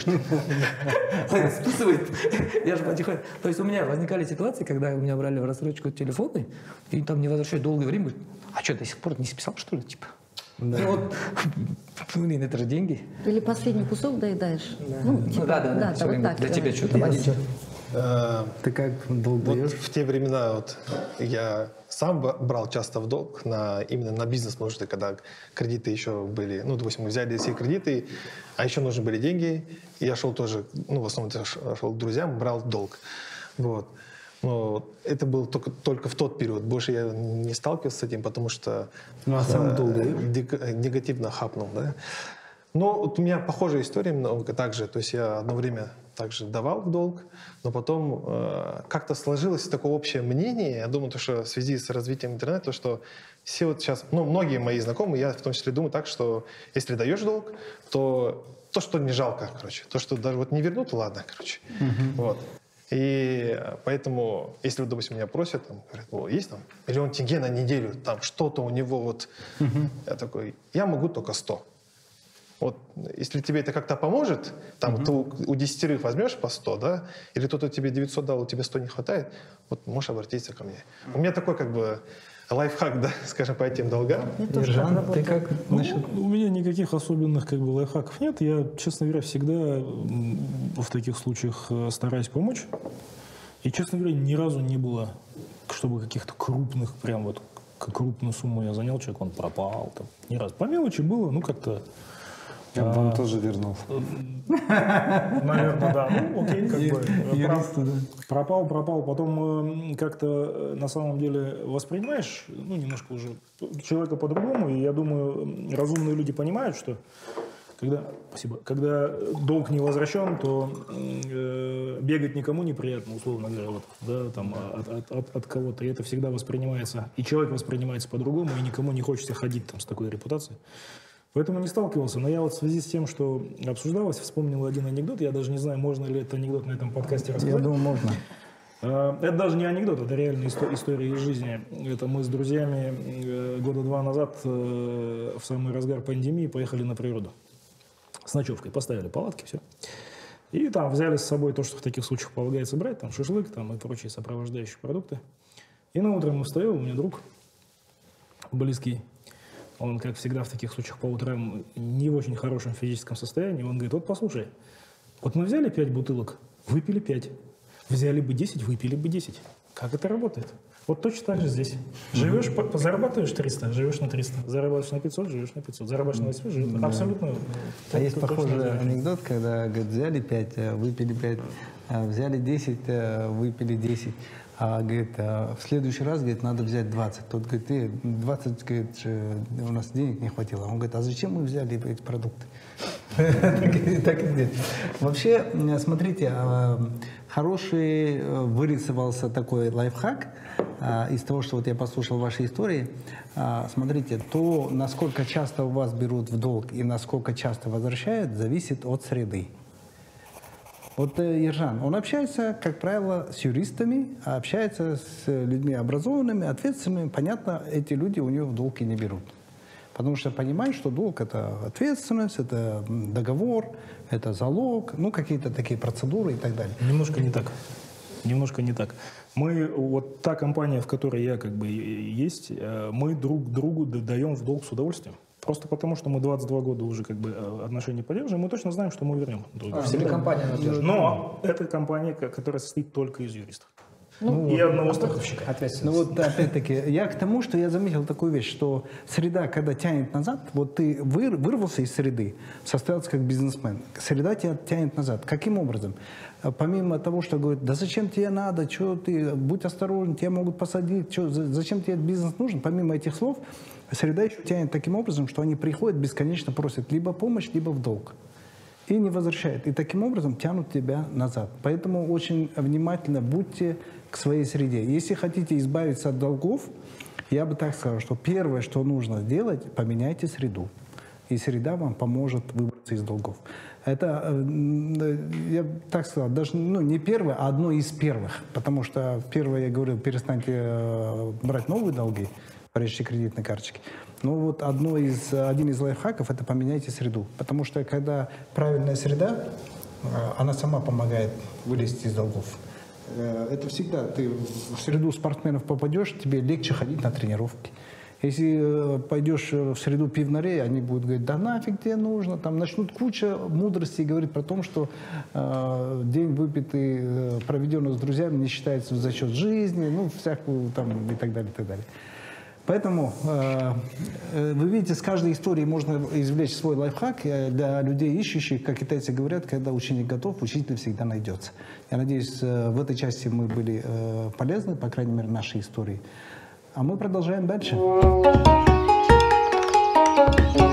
Списывает. Я же потихоньку. То есть у меня возникали ситуации, когда у меня брали в рассрочку телефоны, и там не возвращают долгое время. А что, до сих пор не списал, что ли? Типа. Да. Ну вот, блин, это же деньги. Или последний кусок доедаешь. Да. Ну, типа, ну да, да, да. да вот так, для тебя что там один час? Ты как долг даешь? Вот в те времена вот, я сам брал часто в долг на, именно на бизнес-нужды, когда кредиты еще были, ну, допустим, мы взяли все кредиты, а еще нужны были деньги, и я шел тоже, ну, в основном я шел к друзьям, брал долг. Вот. Но это было только, только в тот период. Больше я не сталкивался с этим, потому что ну, а сам долг даешь? Негативно хапнул, да. Но вот у меня похожая история много также. То есть я одно время также давал в долг, но потом э, как-то сложилось такое общее мнение. Я думаю, то, что в связи с развитием интернета, то, что все вот сейчас, ну, многие мои знакомые, я в том числе думаю так, что если даешь долг, то то, что не жалко, короче. То, что даже вот не вернут, ладно, короче. Uh-huh. Вот. И поэтому, если, допустим, меня просят, там, говорят, есть там миллион тенге на неделю, там что-то у него вот, uh-huh. я такой, я могу только сто. Вот, если тебе это как-то поможет, там uh-huh. ты у, у десятерых возьмешь по сто, да, или кто-то тебе девятьсот дал, у тебя сто не хватает, вот можешь обратиться ко мне. Uh-huh. У меня такой как бы лайфхак, да, скажем, по этим долгам. Ержан, ты как? Ну, у меня никаких особенных как бы лайфхаков нет. Я, честно говоря, всегда в таких случаях стараюсь помочь. И, честно говоря, ни разу не было, чтобы каких-то крупных, прям вот крупную сумму я занял, человек, он пропал. Там, ни разу. По мелочи было, ну, как-то... Я бы вам тоже вернул. Наверное, да. Ну, окей, как бы. Юристу, да. Пропал, пропал. Потом как-то на самом деле воспринимаешь, ну, немножко уже человека по-другому. И я думаю, разумные люди понимают, что когда, спасибо, когда долг не возвращен, то э, бегать никому неприятно, условно говоря, вот, да, там, от, от, от, от кого-то. И это всегда воспринимается, и человек воспринимается по-другому, и никому не хочется ходить там с такой репутацией. Поэтому не сталкивался. Но я вот в связи с тем, что обсуждалось, вспомнил один анекдот. Я даже не знаю, можно ли этот анекдот на этом подкасте рассказать. Я думаю, можно. Это даже не анекдот, это реальная история из жизни. Это мы с друзьями года два назад в самый разгар пандемии поехали на природу. С ночевкой. Поставили палатки, все. И там взяли с собой то, что в таких случаях полагается брать. Там шашлык там, и прочие сопровождающие продукты. И на утро мы встаем, у меня друг близкий. Он, как всегда, в таких случаях по утрам не в очень хорошем физическом состоянии. Он говорит, вот послушай, вот мы взяли пять бутылок, выпили пять. Взяли бы десять, выпили бы десять. Как это работает? Вот точно так же здесь. Живешь, mm-hmm. зарабатываешь триста, живешь на триста. Зарабатываешь на пятьсот, живешь на пятьсот. Зарабатываешь на восемьсот, живешь на... Абсолютно. А то, есть похожий анекдот, когда говорит, взяли пять, выпили пять, взяли десять, выпили десять. А, говорит, а в следующий раз, говорит, надо взять двадцать. Тот говорит, э, двадцать, говорит, у нас денег не хватило. Он говорит, а зачем мы взяли эти продукты? Вообще, смотрите, хороший вырисовался такой лайфхак из того, что вот я послушал ваши истории. Смотрите, то, насколько часто у вас берут в долг и насколько часто возвращают, зависит от среды. Вот Ержан, он общается, как правило, с юристами, а общается с людьми образованными, ответственными. Понятно, эти люди у него в долг и не берут. Потому что понимают, что долг – это ответственность, это договор, это залог, ну, какие-то такие процедуры и так далее. Немножко не так. Немножко не так. Мы, вот та компания, в которой я как бы есть, мы друг другу даем в долг с удовольствием. Просто потому, что мы двадцать два года уже как бы отношения поддерживаем, мы точно знаем, что мы вернем друг друга. А, или компания надежна. Но это компания, которая состоит только из юристов. Ну, и одного страховщика. Ну вот опять-таки, я к тому, что я заметил такую вещь, что среда, когда тянет назад, вот ты выр, вырвался из среды, состоялся как бизнесмен, среда тебя тянет назад. Каким образом? Помимо того, что говорит, да зачем тебе надо, что ты, будь осторожен, тебя могут посадить, что, зачем тебе этот бизнес нужен, помимо этих слов, среда еще тянет таким образом, что они приходят, бесконечно просят либо помощь, либо в долг. И не возвращают. И таким образом тянут тебя назад. Поэтому очень внимательно будьте к своей среде. Если хотите избавиться от долгов, я бы так сказал, что первое, что нужно сделать, поменяйте среду. И среда вам поможет выбраться из долгов. Это, я так сказал, даже ну, не первое, а одно из первых. Потому что первое, я говорил, перестаньте брать новые долги, прежде кредитной карточки. Но вот одно из, один из лайфхаков – это поменяйте среду. Потому что когда правильная среда, она сама помогает вылезти из долгов. Это всегда, ты в среду спортсменов попадешь, тебе легче ходить на тренировки. Если пойдешь в среду пивнарей, они будут говорить, да нафиг тебе нужно, там начнут куча мудрости говорить про то, что э, день выпитый, э, проведенный с друзьями, не считается за счет жизни, ну, всякую там и так далее, и так далее. Поэтому э, вы видите, с каждой истории можно извлечь свой лайфхак для людей ищущих, как китайцы говорят, когда ученик готов, учитель всегда найдется. Я надеюсь, в этой части мы были э, полезны, по крайней мере, нашей истории. А мы продолжаем дальше.